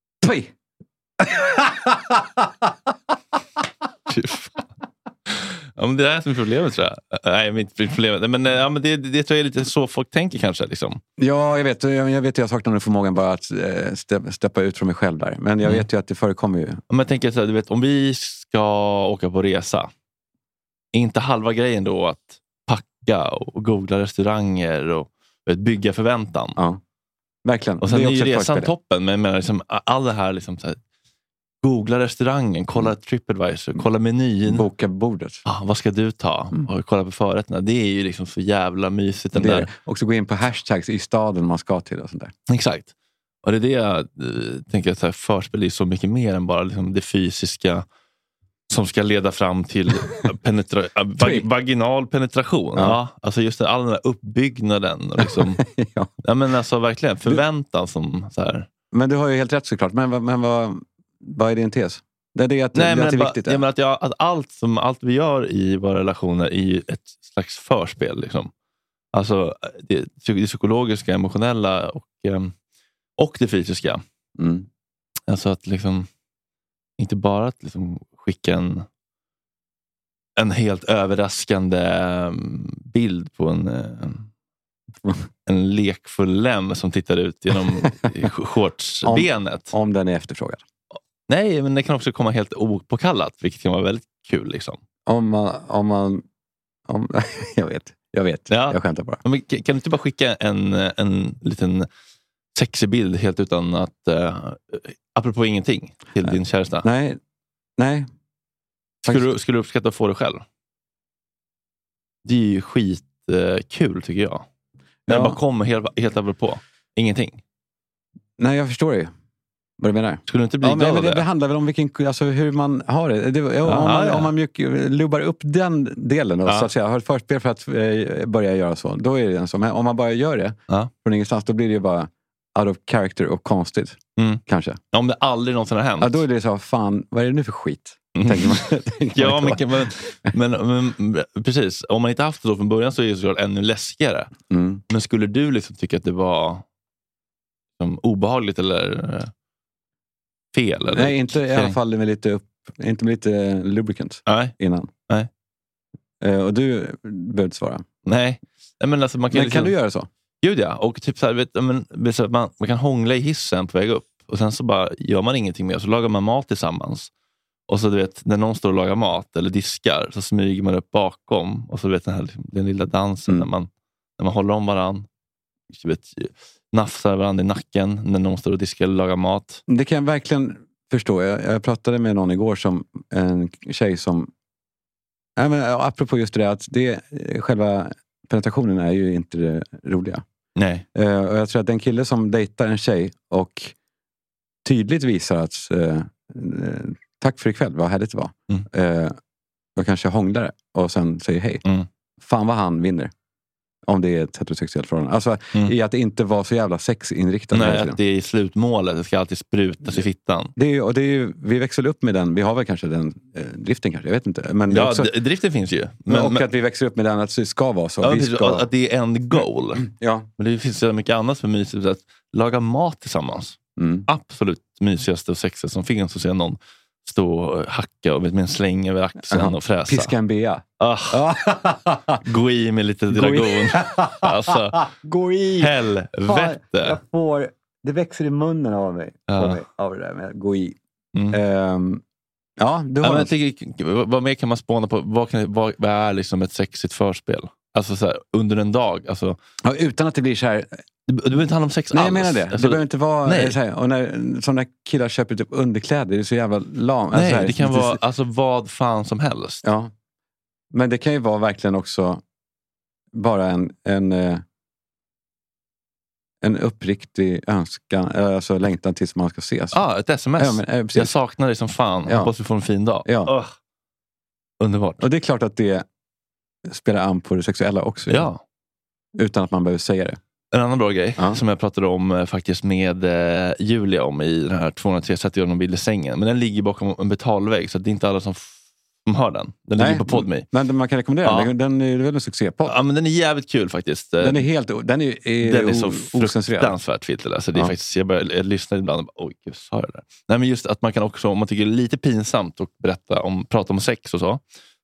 Tvi! Ja, men det är som är problemet, tror jag. Nej, mitt problem. Men, ja, men det, det tror jag är lite så folk tänker kanske. Liksom. Ja, jag vet. Jag, jag vet jag saknar den förmågan bara att äh, steppa, steppa ut från mig själv där. Men jag mm. vet ju att det förekommer ju. Men jag tänker så här, du vet, om vi ska åka på resa, är inte halva grejen då att packa och googla restauranger och vet, bygga förväntan? Ja, verkligen. Och sen är, är ju resan toppen, men jag menar, liksom, all det här liksom så här, googla restaurangen, kolla mm. TripAdvisor, kolla menyn. Boka bordet. Ah, vad ska du ta? Mm. Och kolla på förrätterna. Det är ju liksom så jävla mysigt. Den det där. Också gå in på hashtags i staden man ska till och sånt där. Exakt. Och det är det jag äh, tänker att så här, förspel är så mycket mer än bara liksom, det fysiska som ska leda fram till penetra- vag- vaginal penetration. Ja. Ja, alltså just det, all den där uppbyggnaden. Och liksom, ja. Ja, men alltså verkligen förväntan du, som så här. Men du har ju helt rätt såklart. Men, men vad... Vad är din tes? Det är det att, Nej, det, men att det är bara, viktigt. Jag menar att, jag, att allt, som, allt vi gör i våra relationer är ett slags förspel. Liksom. Alltså det, det psykologiska, emotionella och, och det fysiska. Mm. Alltså att liksom inte bara att liksom skicka en, en helt överraskande bild på en, en lekfull lem som tittar ut genom shortsbenet. Om, om den är efterfrågad. Nej, men det kan också komma helt opåkallat, vilket kan vara väldigt kul liksom. Om man, om man om, jag vet, jag vet, ja. Jag skämtar bara. Men kan du inte bara skicka en, en liten sexig bild helt utan att, uh, apropå ingenting, till nej. Din käresta? Nej, nej. Skulle du, skulle du uppskatta att få det själv? Det är ju skitkul uh, tycker jag. När ja. Det bara kommer helt, helt apropå. Ingenting. Nej, jag förstår det. Vad du menar? Skulle du inte bli ja, glad men det? Det? Det handlar väl om vilken, alltså hur man har det. det ja, Aha, om, man, ja. om man mjuk, lubbar upp den delen och ja. Så att säga, har ett förspel för att eh, börja göra så, då är det en så. Men om man bara gör det ja. Från ingenstans, då blir det ju bara out of character och konstigt. Mm. Kanske. Om det aldrig någonsin har hänt. Ja, då är det så, fan, vad är det nu för skit? Mm. Tänker man, tänker ja, man men, men, men, men precis. Om man inte haft det då från början så är det såklart ännu läskigare. Mm. Men skulle du liksom tycka att det var som, obehagligt eller fel? Eller? Nej, inte i alla fall med lite upp, inte med lite lubricant Nej. Innan. Nej. Uh, och du behöver inte svara. Nej. Men, alltså, man kan, men liksom, kan du göra så? Gud ja. Och typ så här, vet, men, man, man kan hångla i hissen på väg upp. Och sen så bara gör man ingenting mer. Så lagar man mat tillsammans. Och så du vet, när någon står och lagar mat eller diskar så smyger man upp bakom. Och så du vet den här den lilla dansen mm. när, man, när man håller om varann. Du vet, nafsar varandra i nacken när någon står och diskar eller lagar mat. Det kan jag verkligen förstå. Jag, jag pratade med någon igår som en tjej som... Ja, men, apropå just det att det, själva penetrationen är ju inte det roliga. Nej. Uh, och jag tror att den kille som dejtar en tjej och tydligt visar att uh, tack för ikväll, vad härligt det var. Mm. Uh, och kanske hånglar och sen säger hej. Mm. Fan vad han vinner. Om det är ett heterosexuellt förhållande. Alltså mm. i att det inte var så jävla sexinriktat. Nej, att det är i slutmålet. Det ska alltid sprutas i fittan. Det är ju, och det är ju, vi växer upp med den. Vi har väl kanske den eh, driften kanske, jag vet inte. Men ja, också, d- driften finns ju. Men, och men, att vi växer upp med den att det ska vara så. Ja, vi ska... Att det är en goal. Ja. Men det finns så mycket annat för mysigt. Att laga mat tillsammans. Mm. Absolut mysigaste och sexigaste som finns att se någon stå och hacka och med en släng över axeln uh-huh. och fräsa. Piska en bea. Ah. Gå i med lite dragon. Alltså, gå i. Helvete. Jag får, det växer i munnen av mig. Ja. Mig av det där med gå i. Mm. Um, ja, du har ja, men jag tycker, vad mer kan man spåna på? Vad, kan, vad, vad är liksom ett sexigt förspel? Alltså så här, under en dag. Alltså, ja, utan att det blir så här... Du, du behöver inte handla om sex nej, alls. Jag menar det. Alltså, det behöver inte vara nej. så här. Och när sådana killar köper typ underkläder, det är så jävla lam. Nej, alltså här, det kan lite, vara alltså, vad fan som helst. Ja. Men det kan ju vara verkligen också bara en en, en uppriktig önskan, alltså längtan tills man ska ses. Ja, ah, ett sms. Ja, men, äh, jag saknar dig som fan. Ja. Hoppas vi får en fin dag. Ja. Oh. Underbart. Och det är klart att det spelar an på det sexuella också. Ja. Utan att man behöver säga det. En annan bra grej ja. som jag pratade om eh, faktiskt med eh, Julia om i den här tvåhundratre sätter jag någon bild i sängen. Men den ligger bakom en betalvägg så det är inte alla som, f- som hör den. Den Nej, ligger på Podme. Men man kan rekommendera ja. den. Den är väl en succépodd. Ja, men den är jävligt kul faktiskt. Den är helt den är, är, den är så osensurerad. Fruktansvärt filter. Alltså, det är ja. faktiskt, jag, börjar, jag lyssnar ibland och bara, oj gud, sa jag det? Nej, men just att man kan också, om man tycker det är lite pinsamt att berätta om, prata om sex och så.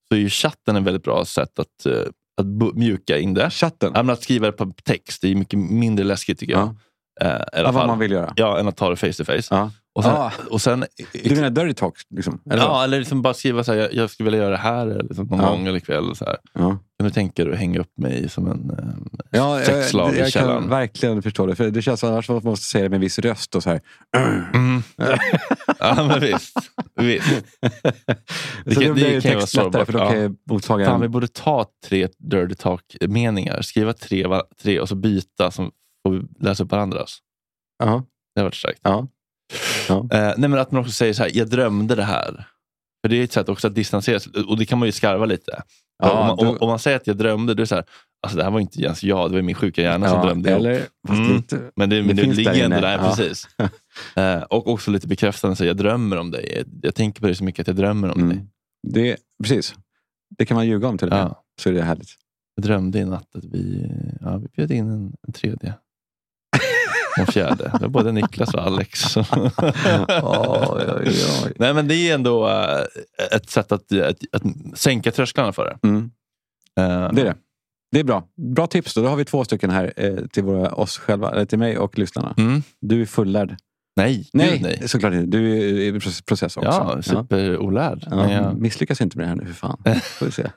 så är ju chatten en väldigt bra sätt att, uh, att bu- mjuka in det. Chatten? Ja, men att skriva det på text är mycket mindre läskigt tycker jag. Ja. Uh, ja, vad man vill göra. Ja, än att ta det face to face. Ja. Och sen, ah. och sen, du menar dirty talk? Liksom, eller ja, eller liksom bara skriva så här, jag, jag skulle vilja göra det här eller liksom någon ja. gång eller kväll. Så här. Ja. Kan du tänka dig att hänga upp mig som en eh, ja, sexslav jag, jag i källaren? kan verkligen förstå det. För det känns annars som att man måste säga det med en viss röst och så här. Mm. Ja, men visst. visst. Det så kan, det blir text lättare för då kan jag mottaga Fan, vi borde ta tre dirty talk-meningar. Skriva tre, tre och så byta som får vi läsa upp varandras. Ja. Det har varit starkt. Ja. Ja. Eh, nej, men att man också säger så här, jag drömde det här. För det är ett sätt också att distansera sig. Och det kan man ju skarva lite. Ja, om, man, då... om, om man säger att jag drömde, då är det så här, alltså det här var inte ens jag, det var min sjuka hjärna ja, som drömde. Eller, mm, lite, men det, det, men det ligger där ändå där, ja. precis. eh, och också lite bekräftande, så jag drömmer om dig. Jag, jag tänker på det så mycket att jag drömmer om mm. dig. Det, precis. Det kan man ljuga om till det. Ja. Så är det härligt. Jag drömde i natt att vi, ja, vi bjöd in en, en tredje. Och fjärde. Det var både Niklas och Alex. oh, oj, oj, oj. Nej, men det är ändå uh, ett sätt att, att, att sänka trösklarna för det. Mm. Uh, det är det. Det är bra. Bra tips då. Då har vi två stycken här eh, till våra, oss själva, eller till mig och lyssnarna. Mm. Du är fullärd. Nej, nej, nej. såklart inte. Du är i process också. Ja, superolärd. Ja. Men jag misslyckas inte med det här nu, för fan. Får vi se.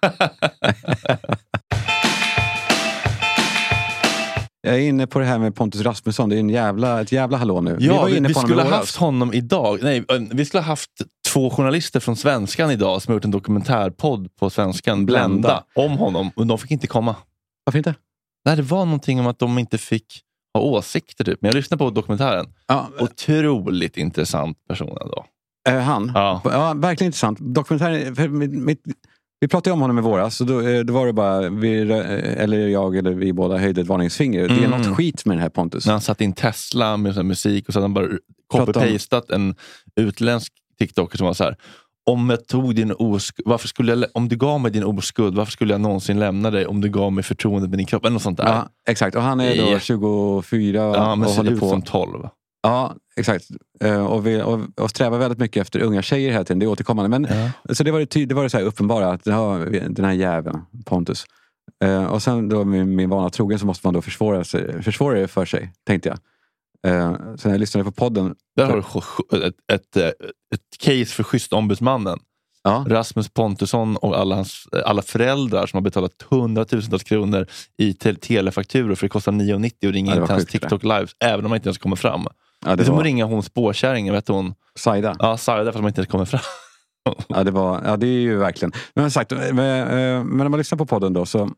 Jag är inne på det här med Pontus Rasmusson. Det är en jävla, ett jävla hallå nu. Ja, vi, var inne vi på skulle ha haft oss. honom idag. Nej, vi skulle ha haft två journalister från Svenskan idag som har gjort en dokumentärpodd på Svenskan, Blenda, Blenda. om honom. Och de fick inte komma. Varför inte? Nej, det var någonting om att de inte fick ha åsikter typ. Men jag lyssnade på dokumentären. Ja. Otroligt intressant person då. Äh, han? Ja. ja, verkligen intressant. Dokumentären, för mitt, mitt, vi pratade om honom i våras, så då, då var det bara vi, eller jag eller vi båda höjde ett varningsfinger. Mm. Det är något skit med den här Pontus. När han satt in Tesla med sån musik och så hade han bara copy-pastat en utländsk TikToker som var så här: om jag tog din oskuld, varför skulle jag, om du gav mig din oskuld, varför skulle jag någonsin lämna dig om du gav mig förtroendet med din kropp? Eller något sånt där. Ja, exakt. Och han är då yeah. tjugofyra ja, men och håller på som tolv. Ja, exakt. Och, vi, och, och strävar väldigt mycket efter unga tjejer hela tiden. Det är återkommande. Men, ja. Så det var det, det, var det så här uppenbara att ja, den här jäveln, Pontus. Uh, och sen då med min vana trogen så måste man då försvåra, sig, försvåra det för sig, tänkte jag. Uh, så när jag lyssnade på podden... Där har du ett, ett, ett, ett case för schysst ombudsmannen. Ja. Rasmus Pontusson och alla, hans, alla föräldrar som har betalat hundratusentals kronor i te- telefakturor för det kostar nio nittio och ringa ja, in till hans TikTok lives även om man inte ens kommer fram. Ja, det, det är som var... att ringa hon spårkärringen, vet hon? Saida. Ja, Saida, för att man inte ens kommer fram. ja, det var, ja, det är ju verkligen. Men sagt, men, men när man lyssnar på podden då så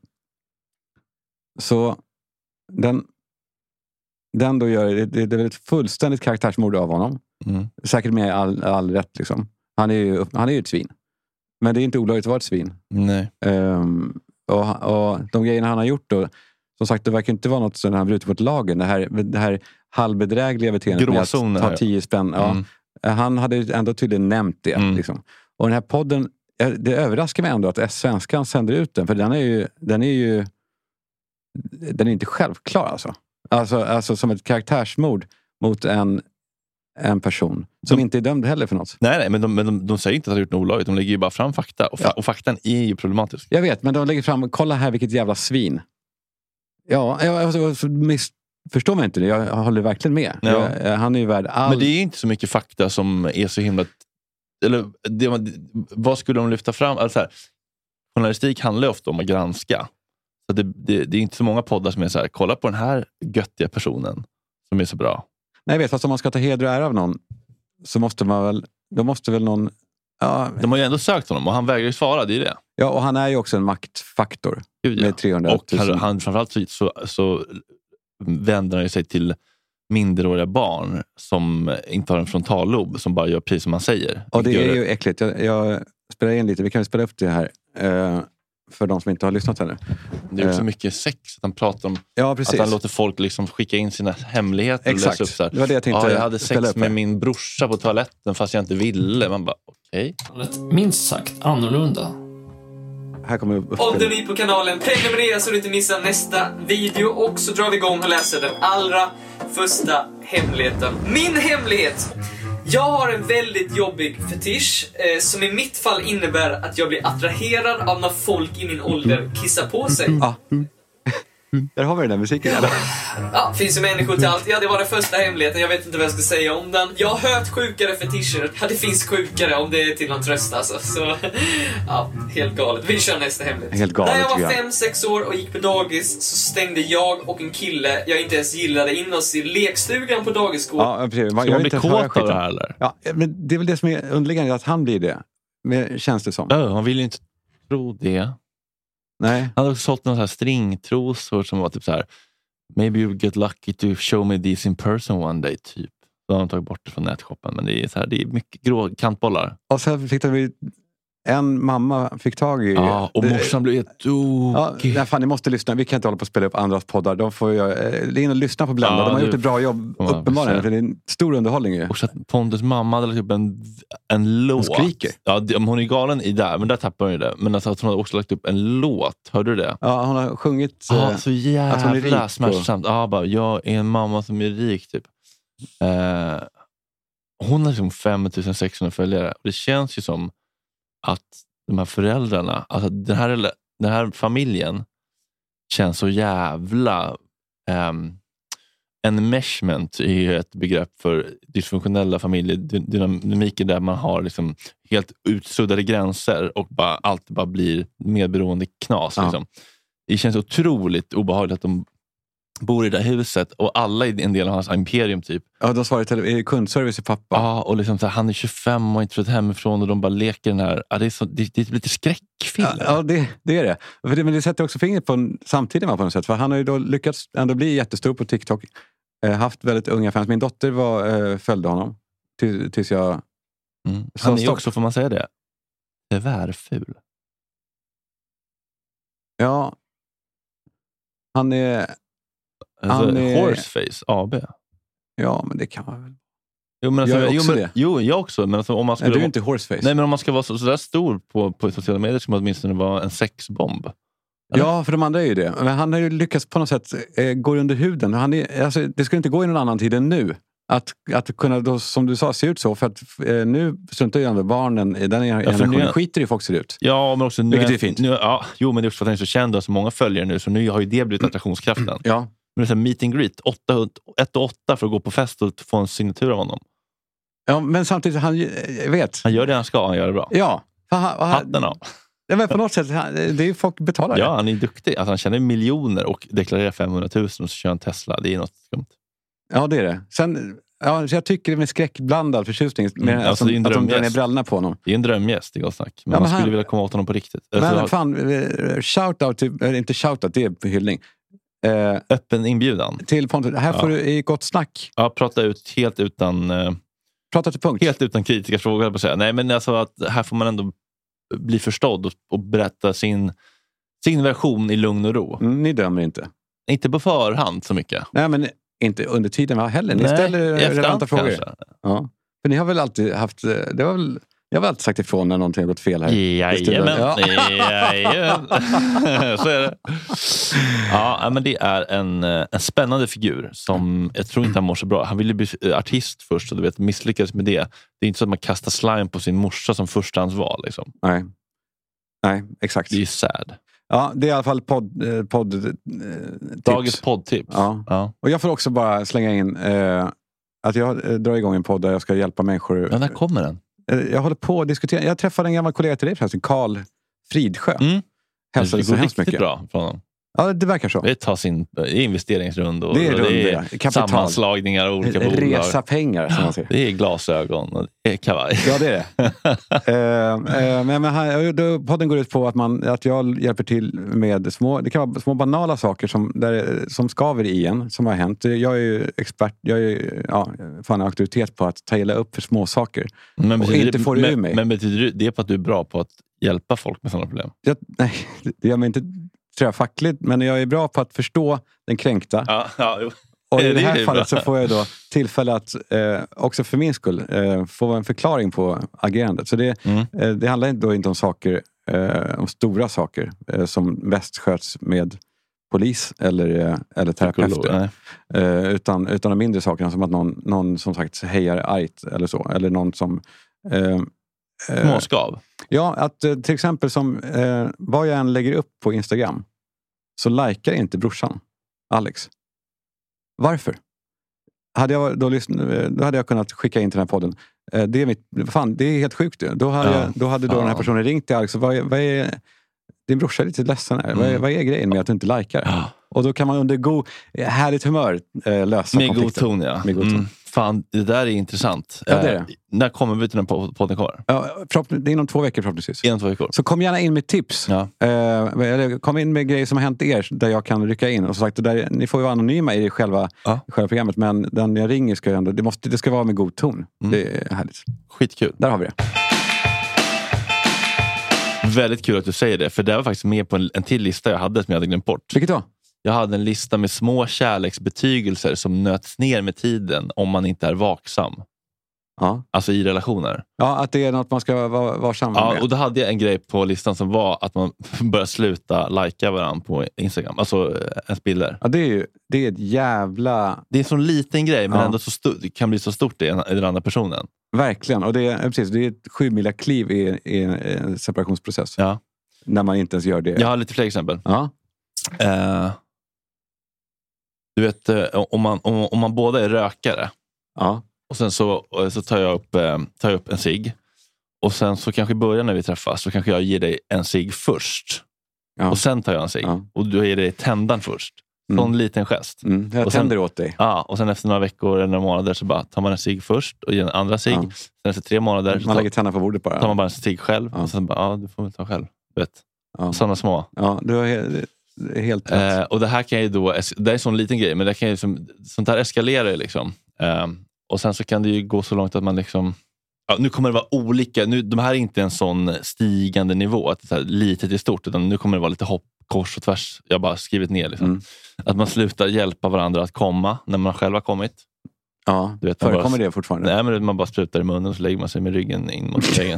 så den den då gör det, det är väl ett fullständigt karaktärsmord av honom. Mm. Säkert med all, all rätt liksom. Han är ju han är ju ett svin. Men det är inte olagligt att vara ett svin. Nej. Um, och, och de grejerna han har gjort då, som sagt, det verkar inte vara något som han brutit mot lagen. Det här, det här halvbedrägliga beteendet med att ta tio spänn. Ja, mm. Han hade ändå tydligen nämnt det. Mm. Liksom. Och den här podden, det överraskar mig ändå att Svenskan sänder ut den. För den är ju, den är ju den är inte självklar alltså. Alltså, alltså som ett karaktärsmord mot en en person som de, inte är dömd heller för något. Nej, nej men, de, men de, de säger inte att de har gjort något olagligt. De lägger ju bara fram fakta. Och, fa- ja. och faktan är ju problematisk. Jag vet, men de lägger fram, kolla här vilket jävla svin. Ja, jag, alltså, miss, förstår mig inte det. Jag håller verkligen med. Ja. Jag, han är ju värd all... Men det är inte så mycket fakta som är så himla... Eller, det, vad skulle de lyfta fram? Alltså här, journalistik handlar ju ofta om att granska. Så det, det, det är inte så många poddar som är så här, kolla på den här göttiga personen som är så bra. Nej, jag vet, fast om man ska ta heder och ära av någon så måste man väl, då måste väl någon... Ja, de har ju ändå sökt honom och han vägrar ju svara, det är det. Ja, och han är ju också en maktfaktor. Gud, ja. Med trehundratusen. Och han, han, framförallt så, så, så vänder han ju sig till minderåriga barn som inte har en frontallob, som bara gör precis som man säger. Och det är ju äckligt. Jag, jag spelar in lite, vi kan ju spela upp det här. Uh, för de som inte har lyssnat ännu. Det är också uh, mycket sex att han pratar om ja, precis. Att han låter folk liksom skicka in sina hemligheter. Exakt, och upp så här, det var det jag tänkte. Ja, jag hade sex med min brorsa på toaletten fast jag inte ville. Man bara, okej. Okay. Minst sagt annorlunda. Här kommer upp. Om du är ny på kanalen, prenumerera så du inte missar nästa video. Och så drar vi igång och läser den allra första hemligheten. Min hemlighet! Jag har en väldigt jobbig fetisch eh, som i mitt fall innebär att jag blir attraherad av när folk i min ålder kissar på sig. Ja. Där har vi den där musiken. Eller? Ja, finns ju människor till allt. Ja, det var den första hemligheten. Jag vet inte vad jag ska säga om den. Jag har hört sjukare fetischer. Ja, det finns sjukare om det är till någon tröst alltså. Så, ja, helt galet. Vi kör nästa hemlighet. Helt galet, när jag var jag. fem sex år och gick på dagis så stängde jag och en kille jag inte ens gillade in oss i lekstugan på dagisgården. Ja, precis. Man, ska man bli kåt av det här eller? Ja, men det är väl det som är underliggande, att han blir det. Men känns det som. Ja, man vill ju inte tro det. Nej. Han hade också sålt några så här stringtrosor som var typ så här: maybe you'll get lucky to show me these in person one day, typ. Så har de tagit bort det från nätshoppen, men det är så här, det är mycket grå kantbollar. Och sen fick vi en mamma fick tag i... Ja, och morsan blev helt tokig. Ja, fan, ni måste lyssna. Vi kan inte hålla på att spela upp andras poddar. De får ju eh, in och lyssna på Blenda. Ja, de har gjort ett bra jobb, ja, uppenbarligen. För det är en stor underhållning ju. Och så att Pontus mamma hade lagt upp en, en låt. Hon skriker. Ja, hon är galen i där, men där tappar hon ju det. Men alltså att hon hade också lagt upp en låt. Hörde du det? Ja, hon har sjungit ja, så jävla att hon är rik smärtsamt. Ja, bara, jag är en mamma som är rik, typ. Eh, hon har liksom fem tusen sexhundra följare. Och det känns ju som att de här föräldrarna, alltså den här, den här familjen känns så jävla um, enmeshment är ju ett begrepp för dysfunktionella familjedynamiker där man har liksom helt utsuddade gränser och bara, allt bara blir medberoende knas. Ja. Liksom. Det känns otroligt obehagligt att de bor i det här huset och alla är en del av hans imperium typ. Ja, de svarar till kundservice i pappa. Ja, och liksom så här, han är tjugofem och inte fått hemifrån och de bara leker den här. Ja, det, är så, det, det är lite skräckfilm. Ja, ja det, det är det. För det. Men det sätter också fingret på en, samtiden på något sätt. För han har ju då lyckats ändå bli jättestor på TikTok. Eh, haft väldigt unga fans. Min dotter var, eh, följde honom. Tills, tills jag... Mm. Han är ju också, får man säga det, tvärful. Ja. Han är... Alltså, han är... Horseface A B. Ja, men det kan man väl. Jo, men alltså, jag är också jo, men, det. Jo, jag också. Men alltså, om man skulle nej, du är vara, inte horseface. Nej, men om man ska vara så, så där stor på, på sociala medier så man åtminstone vara en sexbomb. Eller? Ja, för de andra är ju det. Men han har ju lyckats på något sätt eh, gå under huden. Han är, alltså, det skulle inte gå i någon annan tid än nu. Att, att kunna, då, som du sa, se ut så. För att eh, nu struntar ju ändå barnen i den generationen. Ja, skiter ju folk ser ut. Ja, men också... Nu, vilket är fint. Nu, ja, jo, men det är också för att han är så känd och så många följare nu. Så nu har ju det blivit attraktionskraften. Ja. Men det är så här, meet and greet. ett och åtta för att gå på fest och få en signatur av honom. Ja, men samtidigt, han jag vet. Han gör det han ska, han gör det bra. Ja. Han, han, hatten av. Ja, men på något sätt, han, det är ju folk betalar. Ja, han är duktig. Alltså, han tjänar miljoner och deklarerar femhundratusen och så kör han Tesla. Det är något skumt. Ja, det är det. Sen, ja, så jag tycker det är med skräckblandad förtjusning. Med, mm, alltså, som, att de drar ner brallorna på honom. Det är en drömgäst i Gott Snack. Men, ja, men man skulle han, vilja komma åt honom på riktigt. Men alltså, fan, shoutout till, inte shoutout, det är på hyllning. Eh, öppen inbjudan. Till Pontus. Här får ja. du i Gott Snack. Ja, prata ut helt utan... Eh, prata till punkt. Helt utan kritiska frågor. På säga. Nej, men alltså att här får man ändå bli förstådd och, och berätta sin, sin version i lugn och ro. Mm, ni dömer inte. Inte på förhand så mycket. Nej, men inte under tiden heller. Ni Nej, ställer relevanta frågor. Ja. För ni har väl alltid haft... Det var väl... Jag har väl alltid sagt ifrån när någonting har gått fel här. Jajamän. Ja. Jajamän. Så är det. Ja, men det är en, en spännande figur som jag tror inte han mår så bra. Han ville bli artist först och du vet, misslyckades med det. Det är inte så att man kastar slime på sin morsa som förstahandsval. Liksom. Nej. Nej, exakt. Det är sad. Ja, det är i alla fall podd, podd eh, Dagens poddtips. Ja. Ja. Och jag får också bara slänga in eh, att jag eh, drar igång en podd där jag ska hjälpa människor. Ja, när kommer den? Jag håller på att diskutera. Jag träffade en gammal kollega till dig förresten, Carl Fridsjö. Mm. Hälsade så hemskt mycket. Bra från honom. Ja, det verkar så. Det tar sin investeringsrund och det är, och det är kapital. Sammanslagningar av olika bolag. Resa pengar som man säger. Det är glasögon och det är kavaj. Ja, det är det. uh, uh, men, men här, då, podden går ut på att, man, att jag hjälper till med små, det kan vara små banala saker som, där, som skaver i en, som har hänt. Jag är ju expert, jag är ja, fan auktoritet på att ta illa upp för små saker. Men, och inte få det ur mig. Men betyder det på att du är bra på att hjälpa folk med sådana problem? Jag, nej, det gör mig inte... tror jag fackligt, men jag är bra på att förstå den kränkta. Ja, ja, jo. Och i det här fallet så får jag då tillfälle att eh, också för min skull eh, få en förklaring på agerandet. Så det, mm. eh, det handlar då inte om saker, eh, om stora saker eh, som mest sköts med polis eller, eller terapeuter. Uh, utan, utan de mindre sakerna som att någon, någon som sagt hejar argt eller så. Eller någon som... Uh, Småskav. Ja, att till exempel som uh, vad jag än lägger upp på Instagram så likar inte brorsan Alex. Varför? Hade jag då, lyssnat, då hade jag kunnat skicka in till den här podden. Uh, det, är mitt, fan, det är helt sjukt. Då hade, ja, jag, då hade då den här personen ringt till Alex och vad, vad är... Din brorsa är lite ledsen här. Mm. Vad, är, vad är grejen med att du inte likar? Ja. Och då kan man under god, härligt humör äh, lösa med konflikten. God ton, ja. Med god ton. Mm. Fan, det där är intressant. Ja, det är det. Eh, när kommer vi till den podden kvar? Ja, det är inom två veckor förhoppningsvis. Inom två veckor. Så kom gärna in med tips. Ja. Eh, eller kom in med grejer som har hänt er där jag kan rycka in. Och så sagt, där, ni får ju vara anonyma i själva, ja. själva programmet. Men den jag ringer ska ju ändå, det, måste, det ska vara med god ton. Mm. Det är härligt. Skitkul. Där har vi det. Väldigt kul att du säger det. För det var faktiskt med på en, en till lista jag hade som jag hade glömt bort. Vilket då? Jag hade en lista med små kärleksbetygelser som nöts ner med tiden om man inte är vaksam. Ja. Alltså i relationer. Ja, att det är något man ska vara varsam med. Ja, och då hade jag en grej på listan som var att man börjar sluta likea varandra på Instagram. Alltså ens bilder. Ja, det är ju det är ett jävla... Det är en sån liten grej men ja. ändå så st- kan bli så stort i den, i den andra personen. Verkligen, och det är, precis, det är ett sjumila kliv i, i en separationsprocess. Ja. När man inte ens gör det. Jag har lite fler exempel. Ja. Uh, du vet, om man, om, om man båda är rökare. Ja. Och sen så, så tar, jag upp, tar jag upp en cigg. Och sen så kanske i början när vi träffas så kanske jag ger dig en cigg först. Ja. Och sen tar jag en cigg. Ja. Och du ger dig tändan först. Sån mm. liten gest. Mm. Jag och sen, tänder åt dig. Ja, och sen efter några veckor eller några månader så bara tar man en cigg först och ger en andra cigg. Ja. Sen efter tre månader man så lägger tänderna på bordet bara. tar man bara en cigg själv. Ja. Och sen bara, ja du får väl ta själv. Vet. Ja. Sådana små. Ja, du har helt, helt rätt. Eh, och det här kan ju då, det är en sån liten grej, men det kan ju som, sånt här eskalerar ju liksom. Eh, och sen så kan det ju gå så långt att man liksom, ja, nu kommer det vara olika, nu, de här är inte en sån stigande nivå, att det är litet till stort, utan nu kommer det vara lite hopp, kors och tvärs. Jag har bara skrivit ner liksom. Mm. Att man slutar hjälpa varandra att komma när man själv har kommit. Ja, du vet, förekommer bara, det fortfarande? Nej, men man bara sprutar i munnen och så lägger man sig med ryggen in mot väggen.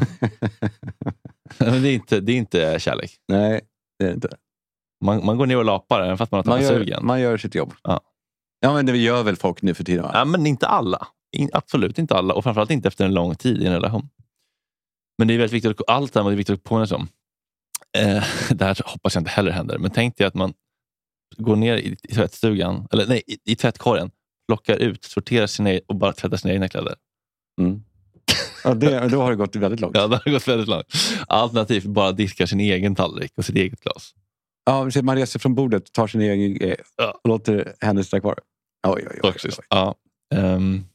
Men det är inte, det är inte kärlek. Nej, det är det inte. Man, man går ner och lapar även fast man har tappat sugen. Man gör sitt jobb. Ja. Ja, men det gör väl folk nu för tiden, va? Ja, men inte alla. In, absolut inte alla. Och framförallt inte efter en lång tid i en relation. Men det är väldigt viktigt, allt det här är viktigt att påminna sig om. Eh, det här hoppas jag inte heller händer. Men tänk dig att man går ner i, i tvättstugan, eller nej, i, i tvättkorgen, plockar ut, sorterar sina och bara tvättar sina egna kläder. Mm. Ja, det, då har det gått väldigt långt. Ja, det har gått väldigt långt. Alternativt bara diskar sin egen tallrik och sitt eget glas. Ja, man reser från bordet, tar sin egen grej och låter henne stå kvar. Oj, oj, oj, oj. Ja. Um.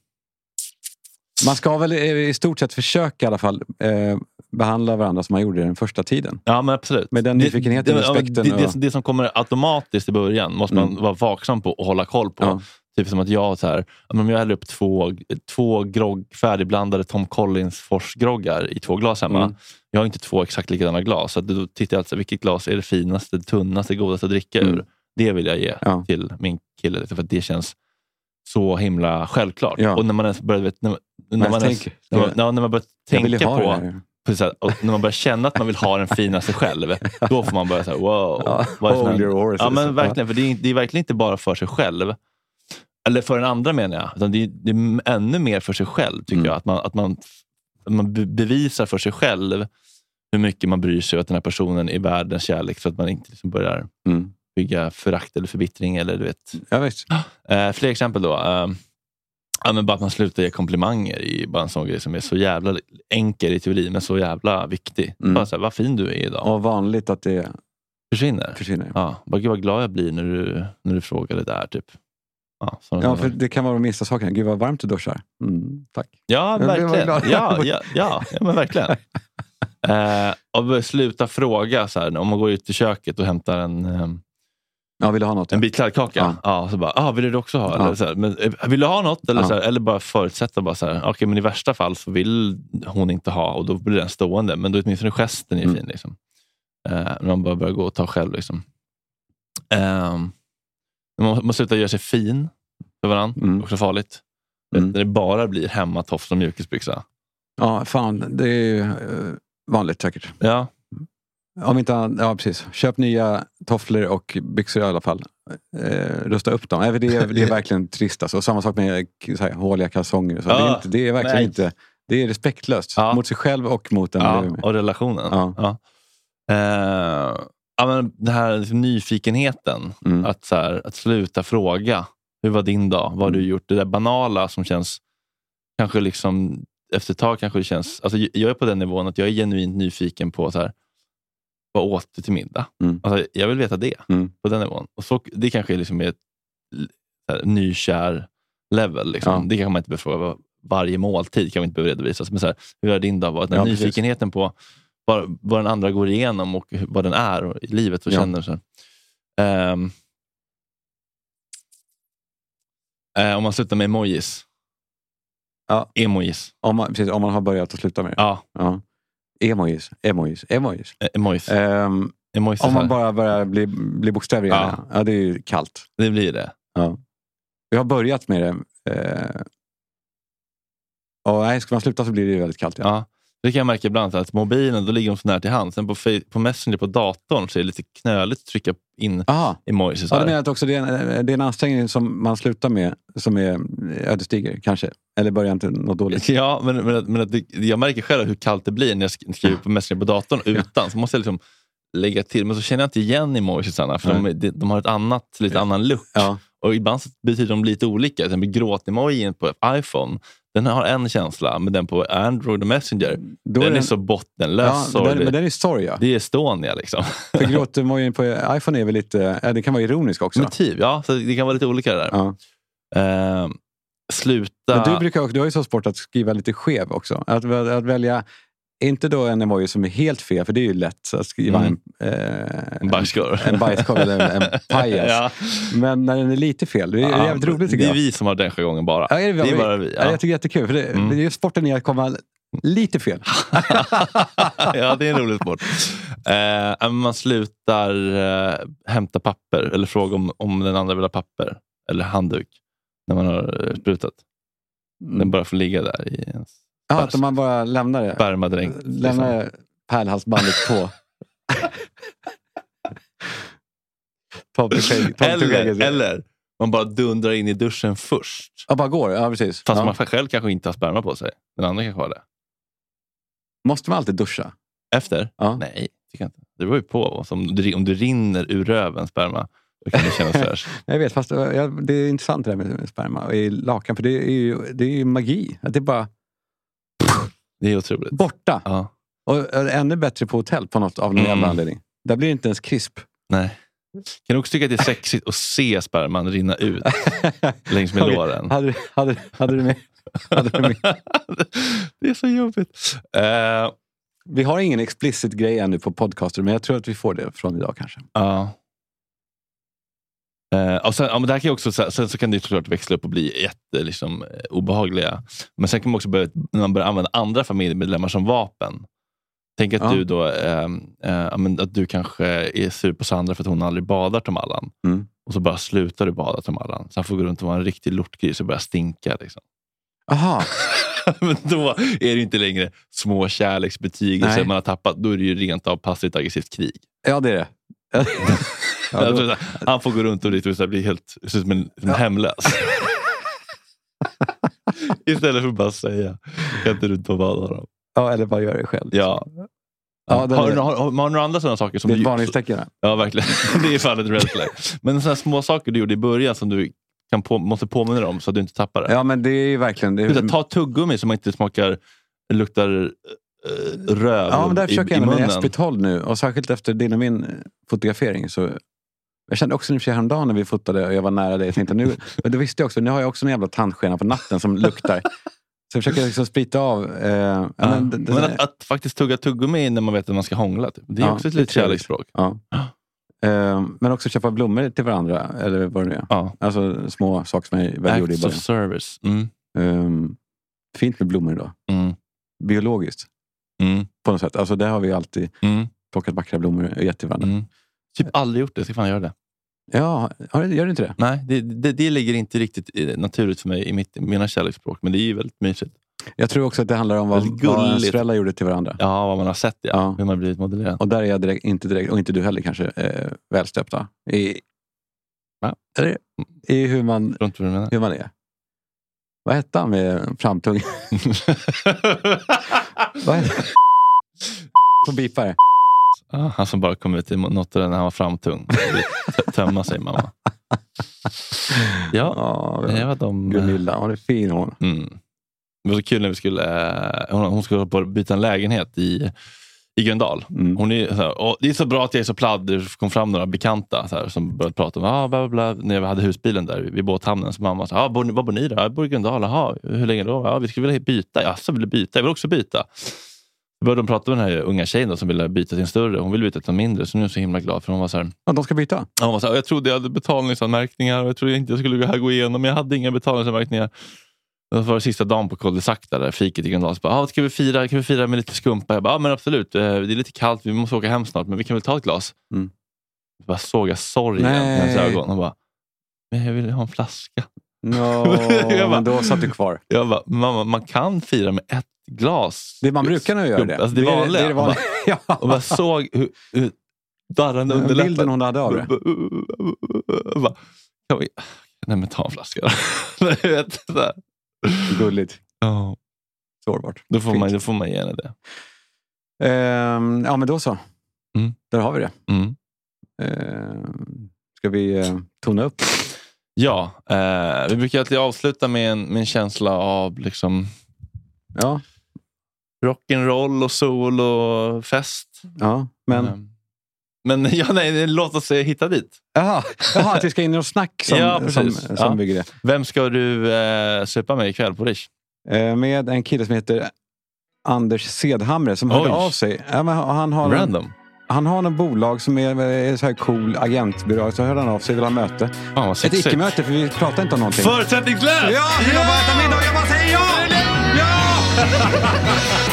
Man ska väl i stort sett försöka i alla fall eh, behandla varandra som man gjorde den första tiden. Ja, men absolut. Med den nyfikenheten och respekten. Det, det, det, det som kommer automatiskt i början måste man mm. vara vaksam på och hålla koll på. Ja. Typ som att jag så här, om jag häller upp två, två grogg, färdigblandade Tom Collins Fors-groggar i två glas hemma. Mm. Jag har inte två exakt likadana glas. Så då tittar jag alltså, vilket glas är det finaste, det tunnaste, godaste att dricka mm. ur. Det vill jag ge ja. till min kille. För att det känns så himla självklart. Ja. Och när man ens börjar, vet, när, när, man ens, när, man, när man börjar tänka på, på så här, och när man börjar känna att man vill ha den finaste själv, då får man börja säga wow. Ja, vad är det för ja, men verkligen, för det är, det är verkligen inte bara för sig själv. Eller för den andra menar jag. Utan det, är, det är ännu mer för sig själv tycker mm. jag. Att man, att, man, att man bevisar för sig själv hur mycket man bryr sig och att den här personen är världens kärlek, så att man inte liksom börjar mm. bygga förakt eller förbittring eller du vet. Jag vet. Uh, fler exempel då. Uh, ja, men bara att man slutar ge komplimanger i bara en sån grej som är så jävla enkel i teori men så jävla viktig. Mm. Bara så här, vad fin du är idag. Och vanligt att det försvinner. försvinner. Ja, bara gud vad glad jag blir när du, när du frågar det där typ. Ja, ja, för det kan vara de minsta sakerna. Gud vad varmt du duschar. Mm, tack. Ja, verkligen. Ja, ja, ja, ja, men verkligen. eh, och sluta fråga så här, om man går ut i köket och hämtar en eh, ja, vill du ha något? En bit kladdkaka. Ja. Ja, så bara, ah, vill du också ha? Ja. Eller så här, men, vill du ha något? Eller, ja. så här, eller bara förutsätta bara så här, okej, okay, men i värsta fall så vill hon inte ha och då blir den stående. Men då åtminstone gesten är mm. fin liksom. Eh, när man bara börjar gå och ta själv liksom. Eh, Man måste sluta göra sig fin för varandra. Mm. Också farligt. Mm. När det bara blir hemmatoft och mjukisbyxa. Ja, fan. Det är uh, vanligt säkert. Ja. Om inte, ja precis. Köp nya tofflor och byxor i alla fall. Eh, rusta upp dem. Även det, är, det är verkligen trist. Alltså. Och samma sak med så här, håliga kalsonger. Så. Ja, det, är inte, det är verkligen nej. inte... Det är respektlöst. Ja. Mot sig själv och mot den. Ja, och relationen. Ja. Ja. Eh, ja, men det här liksom, nyfikenheten. Mm. Att, så här, att sluta fråga. Hur var din dag? Vad har du gjort? Det där banala som känns... Kanske liksom... Efter ett tag kanske det känns... Alltså, jag är på den nivån att jag är genuint nyfiken på så här... Vad åt du till middag? Mm. Alltså, jag vill veta det. Mm. På den nivån. Och så, det kanske är liksom ett här, nykär level. Liksom. Ja. Det kan man inte befråga. Varje måltid kan man inte behöva redovisa. Men så här, hur är din dag? Vad, den ja, nyfikenheten på vad, vad den andra går igenom och vad den är och, i livet och ja. känner. Så. Um, uh, om man slutar med emojis. Ja. Emojis. Om man, precis, om man har börjat att sluta med det. Ja. Ja. Emojis, emojis, emojis. Eh, emojis. Um, emojis om man bara börjar bli, bli bokstäver igen. Ja. ja, det är ju kallt. Det blir det. Ja. Vi har börjat med det. Uh, och nej, ska man sluta så blir det ju väldigt kallt. Ja. Ja. Det kan jag märka ibland att mobilen, då ligger de så nära till hand. Sen på, på Messenger på datorn så är det lite knöligt att trycka in Aha. emojis. Ja, det menar att också det är, en, det är en ansträngning som man slutar med som är ödesdiger kanske. Eller börjar till något dåligt. Ja, men, men, men att det, jag märker själv hur kallt det blir när jag skriver på Messenger på datorn utan. Så måste jag liksom lägga till. Men så känner jag inte igen emojisarna. För de, de, de har ett annat, lite ja. annan look. Ja. Och ibland så betyder de lite olika. Till exempel gråt-emojin på iPhone. Den har en känsla, men den på Android och Messenger, då den är, den, är så bottenlös. Ja, men, den, det, men den är sorg, ja. Det är Estonia, liksom. För gråt-emojin på iPhone är väl lite... Ja, det kan vara ironisk också. Men typ, ja. Så det kan vara lite olika där. Ja. Uh, sluta... Men du brukar också, du har ju så sport att skriva lite skev också. Att, att välja... Inte då en emoji som är helt fel, för det är ju lätt att skriva mm. en, eh, en bajskorv en, en, bajskorv eller en, en pajas. Ja. Men när den är lite fel, det är ja, jävligt roligt tycker jag. Det är vi som har den gången bara. Ja, är det, det är vi, bara vi. Ja. Ja, jag tycker det är jättekul, för det, mm. det är sporten i att komma lite fel. Ja, det är en rolig sport. Eh, man slutar eh, hämta papper eller fråga om, om den andra vill ha papper eller handduk när man har sprutat. Mm. Den bara får ligga där i ens... Ja, att man bara lämnar det. Spermadränk. Lämnar liksom. Pärlhalsbandet på. eller, eller man bara dundrar in i duschen först. Ja, bara går. Ja, precis. Fast ja. man själv kanske inte har sperma på sig. Den andra kanske har det. Måste man alltid duscha? Efter? Ja. Nej, tycker jag inte. Det beror ju på. Om du, om du rinner ur röven sperma, då kan det kännas fräsch. Jag vet, fast ja, det är intressant det där med sperma i lakan. För det är ju, det är ju magi. Att det är bara... Det är otroligt. Borta. Ja. Och ännu bättre på hotell på något av någon mm. anledning. Där blir det inte ens krisp. Nej. Kan du också tycka att det är sexigt att se sperman rinna ut längs med låren? Hade, hade, hade du med? Hade du med? Det är så jobbigt. Uh, vi har ingen explicit grej ännu på podcaster, men jag tror att vi får det från idag kanske. Ja. Uh, och sen, ja, men det här kan också, sen så kan det såklart växla upp och bli jätte, liksom, obehagliga. Men sen kan man också börja, när man börjar använda andra familjemedlemmar som vapen. Tänk att ja. du då äh, äh, att du kanske är sur på Sandra för att hon aldrig badar Tom Allan. Mm. Och så bara slutar du bada Tom Allan. Så han får gå runt och vara en riktig lortgris och börja stinka. Liksom. Aha. Men då är det ju inte längre små kärleksbetygelser man har tappat. Då är det ju rent av passivt aggressivt krig. Ja, det är det. Ja, då... Han får gå runt och lite och bli helt som en, en ja. hemlös. Istället för att bara säga, kan inte du inte bada dem? Ja, eller bara göra det själv. Ja. Ja, har, har, har, har du några andra sådana saker som det är du... varningstecken. Ja, verkligen. Det är fan ett red flag. Men sådana små saker du gjorde i början som du kan på, måste påminna dig om så att du inte tappar det. Ja, men det är ju verkligen... Det är... Ta tuggummi som inte smakar, luktar uh, röv ja, men där i, försöker i jag munnen. med S P tolv nu. Och särskilt efter din och min fotografering så... Jag kände också nu för häromdagen när vi fotade och jag var nära dig. Jag tänkte nu... Men då visste jag också, nu har jag också en jävla tandskena på natten som luktar... Så jag försöker liksom sprita av. Eh, ja. Men, det, det, men att, att faktiskt tugga tuggummi när man vet att man ska hångla. Typ. Det är ja, också ett litet kärleksspråk. Ja. eh, men också köpa blommor till varandra. Eller vad det är. Ja. Alltså små saker som jag väl gjorde i början. Acts of service. Mm. Eh, fint med blommor idag. Mm. Biologiskt. Mm. På något sätt. Alltså där har vi alltid mm. plockat vackra blommor och gett till varandra. Mm. Typ aldrig gjort det. Jag ska fan göra det. Ja, gör det inte det? Nej, det, det, det ligger inte riktigt naturligt för mig i mitt, mina kärleksspråk. Men det är ju väldigt mysigt. Jag tror också att det handlar om vad, vad ens föräldrar gjorde till varandra. Ja, vad man har sett, ja. ja. Hur man blivit modellerad. Och där är jag direkt, inte direkt, och inte du heller kanske, eh, välstöpta. I, ja. eller, i hur man, hur man är. Vad hette han med framtung? Vad hette på bipare? Ah, han som bara kom ut i något när han var framtung. Tömma sig, mamma. Ja, ja det var de... Gunilla, hon är fin hon. Mm. Det var så kul när vi skulle... Hon, hon skulle på byta en lägenhet i, i Gröndal. Mm. Hon är, så här, och det är så bra att jag är så pladd. Det kom fram några bekanta så här, som började prata om ah, bla, bla, bla, när vi hade husbilen där vid båthamnen. Så mamma sa, ah, bor, var bor ni då? Jag bor i Gröndal. Aha, hur länge då? Ja, vi skulle vilja byta. Ja, så vill byta. Jag vill också byta. Då började de prata med den här unga tjejen då, som ville byta till en större. Hon ville byta till en mindre. Så nu är hon så himla glad för hon var så här... Ja, de ska byta? Ja, hon var så här, jag trodde jag hade betalningsanmärkningar. Och jag trodde inte jag skulle här gå igenom. Men jag hade inga betalningsanmärkningar. Det var det sista dagen på Cul-de-sac där fiket i Gröndal. Så bara, ah, ska vi fira, kan vi fira med lite skumpa? Jag bara, ja men absolut. Det är lite kallt, vi måste åka hem snart. Men vi kan väl ta ett glas. Mm. Jag bara såg jag sorgen i hennes ögon. Och bara, men jag vill ha en flaska. No, jag bara, men då satt du kvar. Jag bara, mamma, man kan fira med ett glas. Det man brukar nu göra det. Alltså det är vanligt. Det är det vanliga. Och bara, och bara såg hur, hur darrande underläppen. Bilden hon hade av det. Bara, kan vi, nej men ta en flaska. Jag vet, sådär. Gulligt. Ja. Sårbart. Då får, man, då får man gärna det. Um, ja, men då så. Mm. Där har vi det. Mm. Um, ska vi uh, tona upp? Ja, eh, vi brukar alltid avsluta med en, med en känsla av liksom ja. rock'n'roll och soul och fest. Ja, men... Mm. Men ja, nej, låt oss hitta dit. Jaha, Jaha att vi ska in i något snack som, ja, som, som ja. bygger det. Vem ska du eh, supa med ikväll på Rish? Eh, med en kille som heter Anders Sedhamre som hörde av sig. Ja, men han har Random. En, han har en bolag som är, är så här cool agentbyrå. Så hörde han av sig, vill ha möte. Ah, Ett icke-möte, för vi pratar inte om någonting. Förutsättningslöst! Ja, vill yeah! bara äta middag, jag bara säger ja! Ja!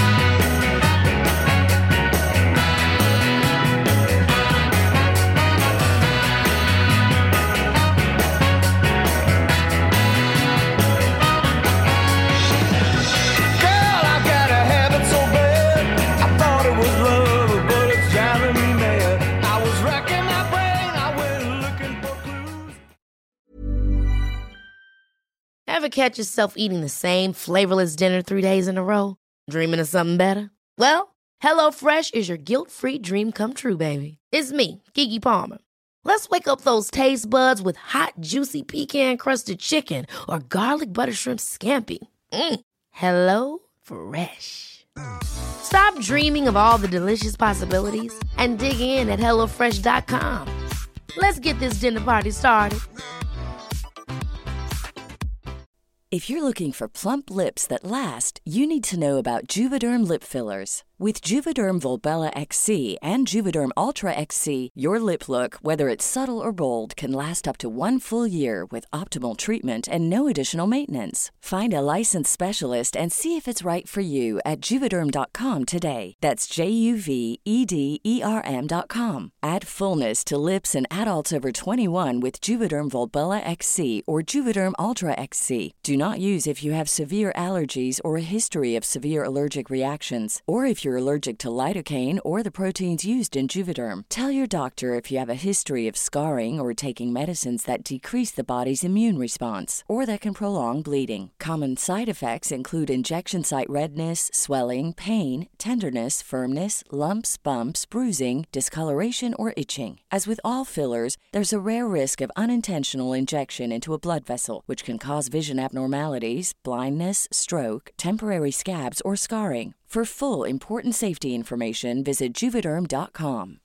Ever catch yourself eating the same flavorless dinner three days in a row? Dreaming of something better? Well, HelloFresh is your guilt-free dream come true, baby. It's me, Keke Palmer. Let's wake up those taste buds with hot, juicy pecan-crusted chicken or garlic butter shrimp scampi. Mm. Hello Fresh. Stop dreaming of all the delicious possibilities and dig in at hello fresh dot com. Let's get this dinner party started. If you're looking for plump lips that last, you need to know about Juvederm lip fillers. With Juvederm Volbella X C and Juvederm Ultra X C, your lip look, whether it's subtle or bold, can last up to one full year with optimal treatment and no additional maintenance. Find a licensed specialist and see if it's right for you at juvederm dot com today. That's J U V E D E R M dot com. Add fullness to lips in adults over twenty-one with Juvederm Volbella X C or Juvederm Ultra X C. Do not use if you have severe allergies or a history of severe allergic reactions, or if you're allergic to lidocaine or the proteins used in Juvederm. Tell your doctor if you have a history of scarring or taking medicines that decrease the body's immune response or that can prolong bleeding. Common side effects include injection site redness, swelling, pain, tenderness, firmness, lumps, bumps, bruising, discoloration, or itching. As with all fillers, there's a rare risk of unintentional injection into a blood vessel, which can cause vision abnormalities, blindness, stroke, temporary scabs, or scarring. For full, important safety information, visit juvederm dot com.